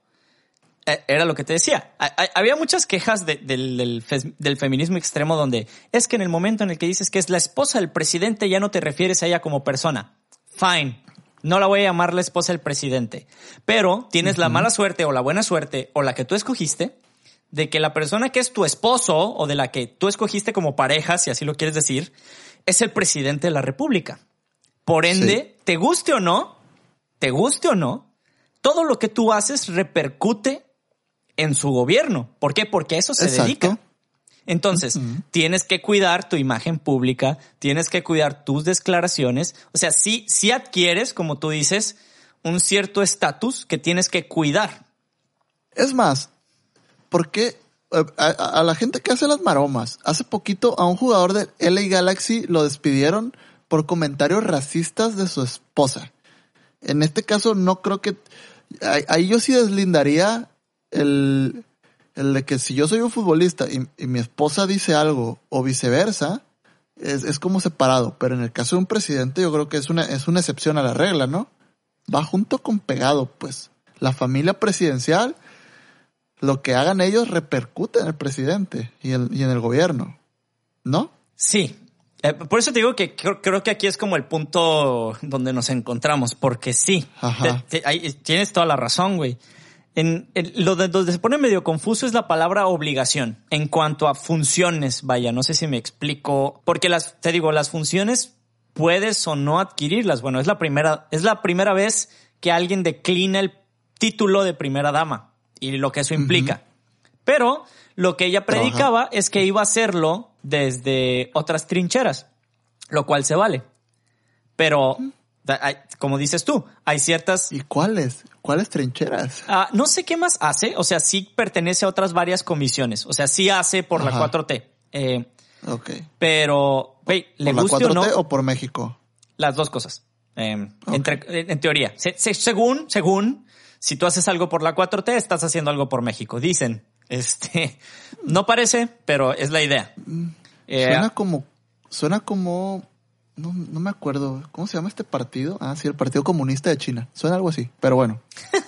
Era lo que te decía. Había muchas quejas de, del, del, del feminismo extremo donde es que en el momento en el que dices que es la esposa del presidente ya no te refieres a ella como persona. Fine. No la voy a llamar la esposa del presidente. Pero tienes uh-huh. la mala suerte o la buena suerte o la que tú escogiste de que la persona que es tu esposo o de la que tú escogiste como pareja, si así lo quieres decir, es el presidente de la República. Por ende, sí. te guste o no, te guste o no, todo lo que tú haces repercute en su gobierno. ¿Por qué? Porque a eso se Exacto. dedica. Entonces, uh-huh. tienes que cuidar tu imagen pública, tienes que cuidar tus declaraciones. O sea, sí, sí adquieres, como tú dices, un cierto estatus que tienes que cuidar. Es más, ¿por qué a, a la gente que hace las maromas? Hace poquito a un jugador de L A Galaxy lo despidieron por comentarios racistas de su esposa. En este caso, no creo que... Ahí yo sí deslindaría El, el de que si yo soy un futbolista y, y mi esposa dice algo o viceversa, es, es como separado. Pero en el caso de un presidente yo creo que es una, es una excepción a la regla, ¿no? Va junto con pegado, pues. La familia presidencial, lo que hagan ellos repercute en el presidente y, el, y en el gobierno, ¿no? Sí. Eh, por eso te digo que creo, creo que aquí es como el punto donde nos encontramos, porque sí. Te, te, ahí, tienes toda la razón, güey. En, en lo de donde se pone medio confuso es la palabra obligación en cuanto a funciones. Vaya, no sé si me explico, porque las, te digo, las funciones puedes o no adquirirlas. Bueno, es la primera, es la primera vez que alguien declina el título de primera dama y lo que eso implica. Uh-huh. Pero lo que ella predicaba Ajá. es que iba a hacerlo desde otras trincheras, lo cual se vale. Pero, uh-huh. como dices tú, hay ciertas... ¿Y cuáles? ¿Cuáles trincheras? Uh, no sé qué más hace. O sea, sí pertenece a otras varias comisiones. O sea, sí hace por Ajá. la cuatro T. Eh, ok. Pero, güey, ¿le gusta o no? ¿Por la cuatro T o por México? Las dos cosas. Eh, okay. entre, en teoría. Se, se, según, según, si tú haces algo por la cuatro T, estás haciendo algo por México. Dicen. Este, no parece, pero es la idea. Suena eh, como, suena como... No, no me acuerdo. ¿Cómo se llama este partido? Ah, sí, el Partido Comunista de China. Suena algo así, pero bueno.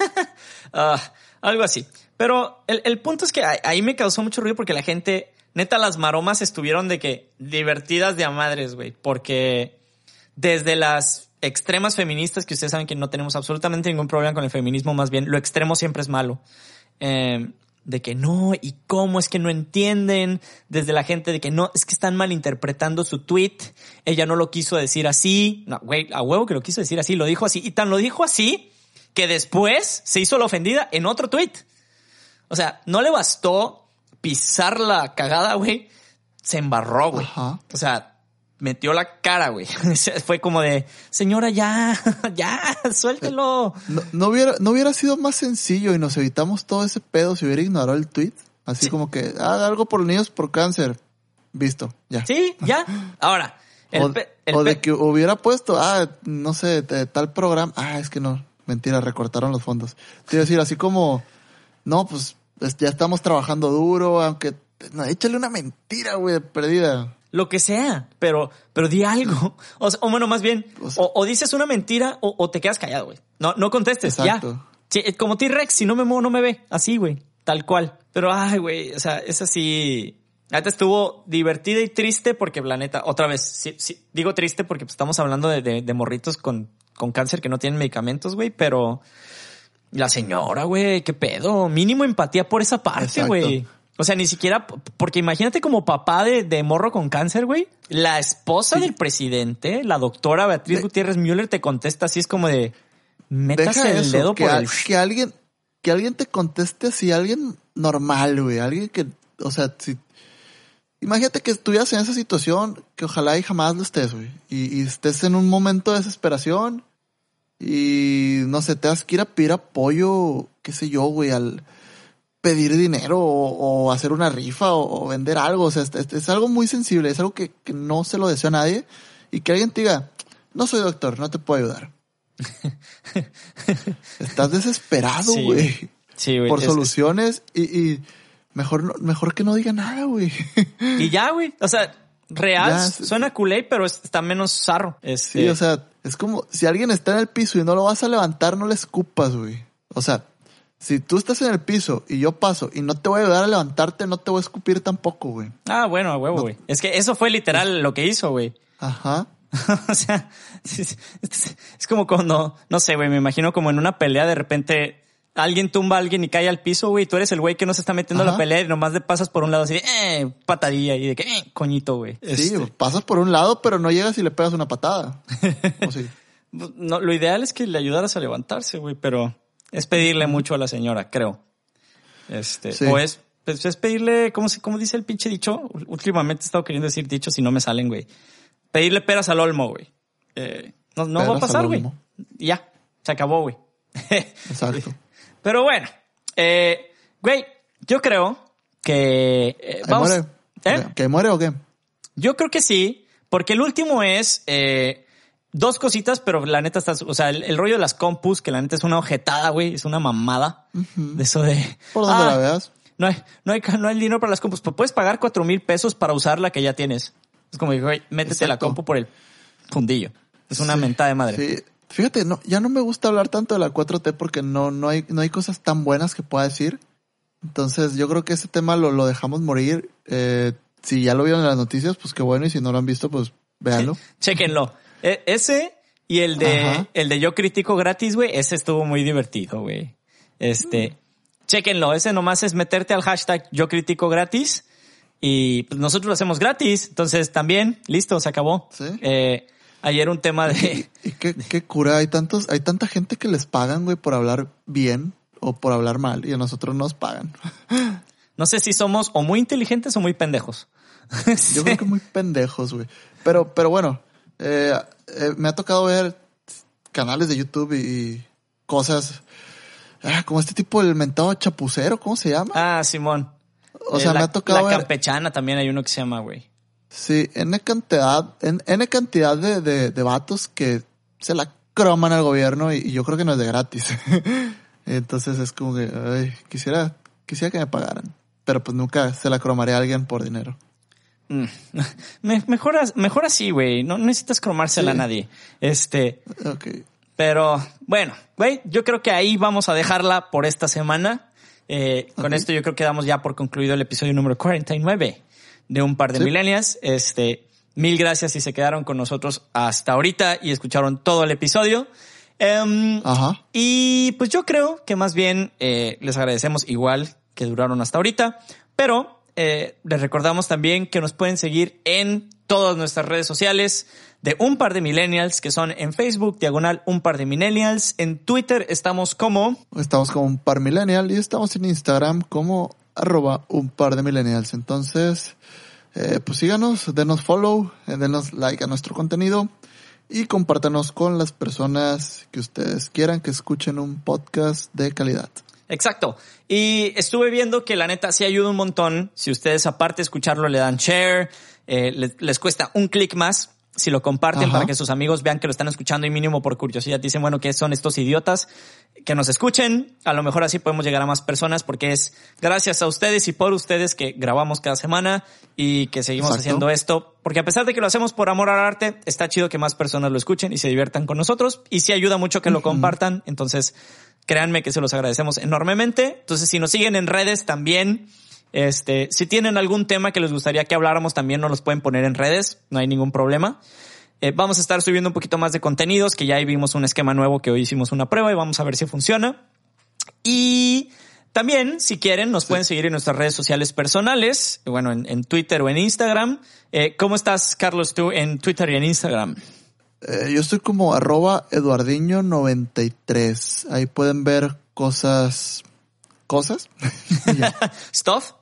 uh, algo así. Pero el, el punto es que ahí me causó mucho ruido porque la gente, neta, las maromas estuvieron de que divertidas de a madres, güey. Porque desde las extremas feministas, que ustedes saben que no tenemos absolutamente ningún problema con el feminismo, más bien lo extremo siempre es malo. Eh, de que no, y cómo es que no entienden, desde la gente de que no, es que están malinterpretando su tweet, ella no lo quiso decir así, no, güey, a huevo que lo quiso decir así, lo dijo así, y tan lo dijo así, que después se hizo la ofendida en otro tweet. O sea, no le bastó pisar la cagada, güey, se embarró, güey. O sea, metió la cara, güey. Fue como de, señora, ya, ya, suéltelo. No, no, hubiera, no hubiera sido más sencillo y nos evitamos todo ese pedo si hubiera ignorado el tweet. Así sí. como que, haga algo por los niños por cáncer. Visto, ya. Sí, ya. Ahora, el o, pe, el o de pe... que hubiera puesto, ah, no sé, de, tal programa. Ah, es que no, mentira, recortaron los fondos. Te iba a decir, así como, no, pues, ya estamos trabajando duro, aunque, no, échale una mentira, güey, perdida. Lo que sea, pero, pero di algo. O, o bueno, más bien, o, sea, o, o dices una mentira o, o te quedas callado, güey. No, no contestes, exacto. Ya. Sí, como T-Rex, si no me muevo, no me ve. Así, güey. Tal cual. Pero, ay, güey, o sea, es así. Ahorita estuvo divertida y triste porque, la neta, otra vez, sí, sí, digo triste porque pues, estamos hablando de, de, de morritos con, con cáncer que no tienen medicamentos, güey, pero la señora, güey, qué pedo. Mínimo empatía por esa parte, güey. O sea, ni siquiera, porque imagínate como papá de, de morro con cáncer, güey. La esposa sí. del presidente, la doctora Beatriz de, Gutiérrez Müller, te contesta así, es como de, métase el eso, dedo que por a, el... Que alguien, que alguien te conteste así, alguien normal, güey. Alguien que, o sea, si... Imagínate que estuvieras en esa situación, que ojalá y jamás lo estés, güey. Y, y estés en un momento de desesperación y, no sé, te vas que ir a pedir apoyo, qué sé yo, güey, al... pedir dinero o, o hacer una rifa o, o vender algo. O sea, es, es, es algo muy sensible, es algo que, que no se lo deseo a nadie y que alguien te diga, no soy doctor, no te puedo ayudar. Estás desesperado, güey. Sí, sí, güey. Por es, soluciones y, y mejor, mejor que no diga nada, güey. Y ya, güey. O sea, real, ya, suena culé, pero está menos zarro. Este... Sí, o sea, es como si alguien está en el piso y no lo vas a levantar, no le escupas, güey. O sea, si tú estás en el piso y yo paso y no te voy a ayudar a levantarte, no te voy a escupir tampoco, güey. Ah, bueno, a huevo, güey. No. Es que eso fue literal es... lo que hizo, güey. Ajá. O sea, es, es, es como cuando, no sé, güey, me imagino como en una pelea de repente alguien tumba a alguien y cae al piso, güey, tú eres el güey que no se está metiendo a la pelea y nomás le pasas por un lado así de, eh, patadilla y de que, eh, coñito, güey. Sí, este... pasas por un lado, pero no llegas y le pegas una patada. ¿O sí? No, lo ideal es que le ayudaras a levantarse, güey, pero... Es pedirle mucho a la señora, creo. Este, sí. O es, pues es pedirle, ¿cómo se, cómo dice el pinche dicho? Últimamente he estado queriendo decir dichos y no me salen, güey. Pedirle peras al olmo, güey. Eh, no no va a pasar, güey. Ya, se acabó, güey. Exacto. Pero bueno, eh, güey, yo creo que eh, vamos. ¿Muere? ¿Eh? ¿Que muere o qué? Yo creo que sí, porque el último es, eh, dos cositas, pero la neta está, o sea, el, el rollo de las compus, que la neta es una ojetada, güey, es una mamada. Uh-huh. De eso de... ¿Por dónde ah, la veas? No hay, no hay, no hay dinero para las compus, pues puedes pagar cuatro mil pesos para usar la que ya tienes. Es como, güey, métete Exacto. la compu por el fundillo. Es una sí, mentada de madre. Sí. Fíjate, no, ya no me gusta hablar tanto de la cuatro T porque no, no hay, no hay cosas tan buenas que pueda decir. Entonces, yo creo que ese tema lo, lo dejamos morir. Eh, si ya lo vieron en las noticias, pues qué bueno, y si no lo han visto, pues véanlo. Chéquenlo. E- ese y el de Ajá. el de Yo Critico Gratis, güey, ese estuvo muy divertido, güey. Este, Chéquenlo, ese nomás es meterte al hashtag Yo Critico gratis y pues nosotros lo hacemos gratis, entonces también, listo, se acabó. ¿Sí? Eh, ayer un tema de... ¿Y qué, qué cura? Hay tantos, hay tanta gente que les pagan, güey, por hablar bien o por hablar mal y a nosotros nos pagan. No sé si somos o muy inteligentes o muy pendejos. Yo creo que muy pendejos, güey. Pero, pero bueno, eh, eh, me ha tocado ver canales de YouTube y, y cosas ah, como este tipo, el mentado chapucero, ¿cómo se llama? Ah, Simón. O sea, eh, la, me ha tocado La ver, campechana también hay uno que se llama, güey. Sí, N cantidad, N, N cantidad de, de, de vatos que se la croman al gobierno y, y yo creo que no es de gratis. Entonces es como que, ay, quisiera, quisiera que me pagaran. Pero pues nunca se la cromaré a alguien por dinero. Mm. Me, mejor, mejor así, güey. No necesitas cromársela sí. a nadie. Este. Ok. Pero, bueno, güey, yo creo que ahí vamos a dejarla por esta semana. Eh, con okay. esto yo creo que damos ya por concluido el episodio número cuarenta y nueve de Un Par de sí. Millennials. Este, mil gracias si se quedaron con nosotros hasta ahorita y escucharon todo el episodio. Um, Ajá. Y pues yo creo que más bien eh, les agradecemos igual que duraron hasta ahorita, pero eh, les recordamos también que nos pueden seguir en todas nuestras redes sociales de Un Par de Millennials, que son en Facebook, diagonal Un Par de Millennials. En Twitter estamos como... Estamos como Un Par Millennial y estamos en Instagram como arroba Un Par de Millennials. Entonces, eh, pues síganos, denos follow, eh, denos like a nuestro contenido y compártanos con las personas que ustedes quieran que escuchen un podcast de calidad. Exacto. Y estuve viendo que la neta sí ayuda un montón. Si ustedes aparte de escucharlo le dan share, eh, les, les cuesta un clic más si lo comparten. Ajá. Para que sus amigos vean que lo están escuchando y mínimo por curiosidad dicen, bueno, ¿qué son estos idiotas? Que nos escuchen. A lo mejor así podemos llegar a más personas porque es gracias a ustedes y por ustedes que grabamos cada semana y que seguimos Exacto. haciendo esto. Porque a pesar de que lo hacemos por amor al arte, está chido que más personas lo escuchen y se diviertan con nosotros. Y sí ayuda mucho que lo compartan. Entonces, créanme que se los agradecemos enormemente. Entonces, si nos siguen en redes también, este, si tienen algún tema que les gustaría que habláramos, también nos los pueden poner en redes. No hay ningún problema. Eh, vamos a estar subiendo un poquito más de contenidos, que ya ahí vimos un esquema nuevo que hoy hicimos una prueba y vamos a ver si funciona. Y también, si quieren, nos sí. pueden seguir en nuestras redes sociales personales. Bueno, en, en Twitter o en Instagram. Eh, ¿Cómo estás, Carlos, tú en Twitter y en Instagram? Eh, yo estoy como arroba eduardiño noventa y tres. Ahí pueden ver cosas... ¿Cosas? Stuff.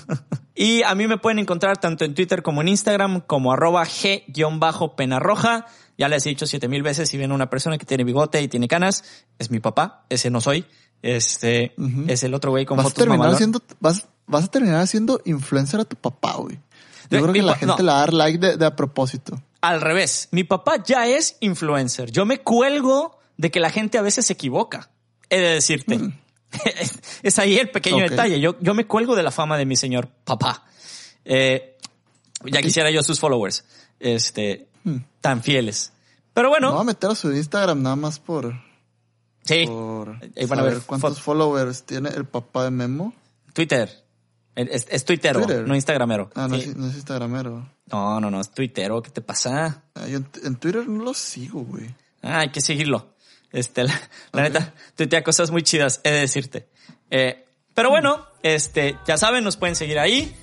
Y a mí me pueden encontrar tanto en Twitter como en Instagram como arroba g-penarroja. Ya les he dicho siete mil veces, si ven una persona que tiene bigote y tiene canas, es mi papá. Ese no soy. Este uh-huh. es el otro güey con vas fotos a terminar mamalón. Siendo, vas, vas a terminar siendo influencer a tu papá, güey. Yo mi, creo que mi, la gente no. le va a dar like de, de a propósito. Al revés. Mi papá ya es influencer. Yo me cuelgo de que la gente a veces se equivoca. He de decirte. Mm. Es ahí el pequeño okay. detalle. Yo, yo me cuelgo de la fama de mi señor papá. Eh, ya okay. quisiera yo sus followers, este, hmm. tan fieles. Pero bueno. Me voy a meter a su Instagram nada más por, sí. por eh, saber ver cuántos fo- followers tiene el papá de Memo. Twitter. Es, es tuitero, Twitter. No instagramero. Ah, no, sí. es, no es instagramero. No, no, no, es tuitero. ¿Qué te pasa? Ah, yo en, en Twitter no lo sigo, güey. Ah, hay que seguirlo. Este, la, la okay. neta, tuitea cosas muy chidas, he de decirte. Eh, pero bueno, este, ya saben, nos pueden seguir ahí.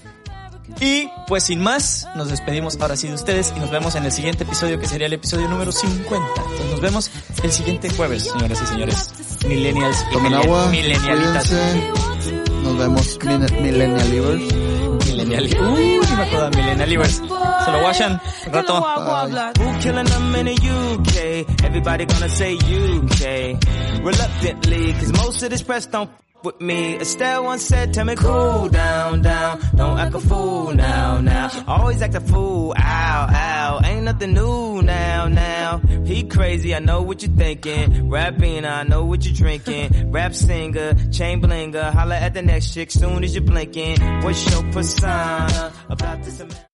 Y pues sin más, nos despedimos ahora sí de ustedes y nos vemos en el siguiente episodio, que sería el episodio número cincuenta. Entonces nos vemos el siguiente jueves, señoras y señores. Millennials y Tomen millen- agua, millennialitas. cuídense. Nos vemos, millennialivers. Millennial. Uy, uh, me acuerdo de Millennialivers. Se lo washan un rato. Who killing them in the U K? Everybody gonna say U K. Reluctantly, cause most of this press don't f- with me. Estelle once said, tell me cool down, down. Don't act a fool now, now. Always act a fool, ow, ow. Ain't nothing new now, now. He crazy, I know what you're thinking. Rapping, I know what you're drinking. Rap singer, chain blinger. Holla at the next chick soon as you're blinking. What's your persona about this?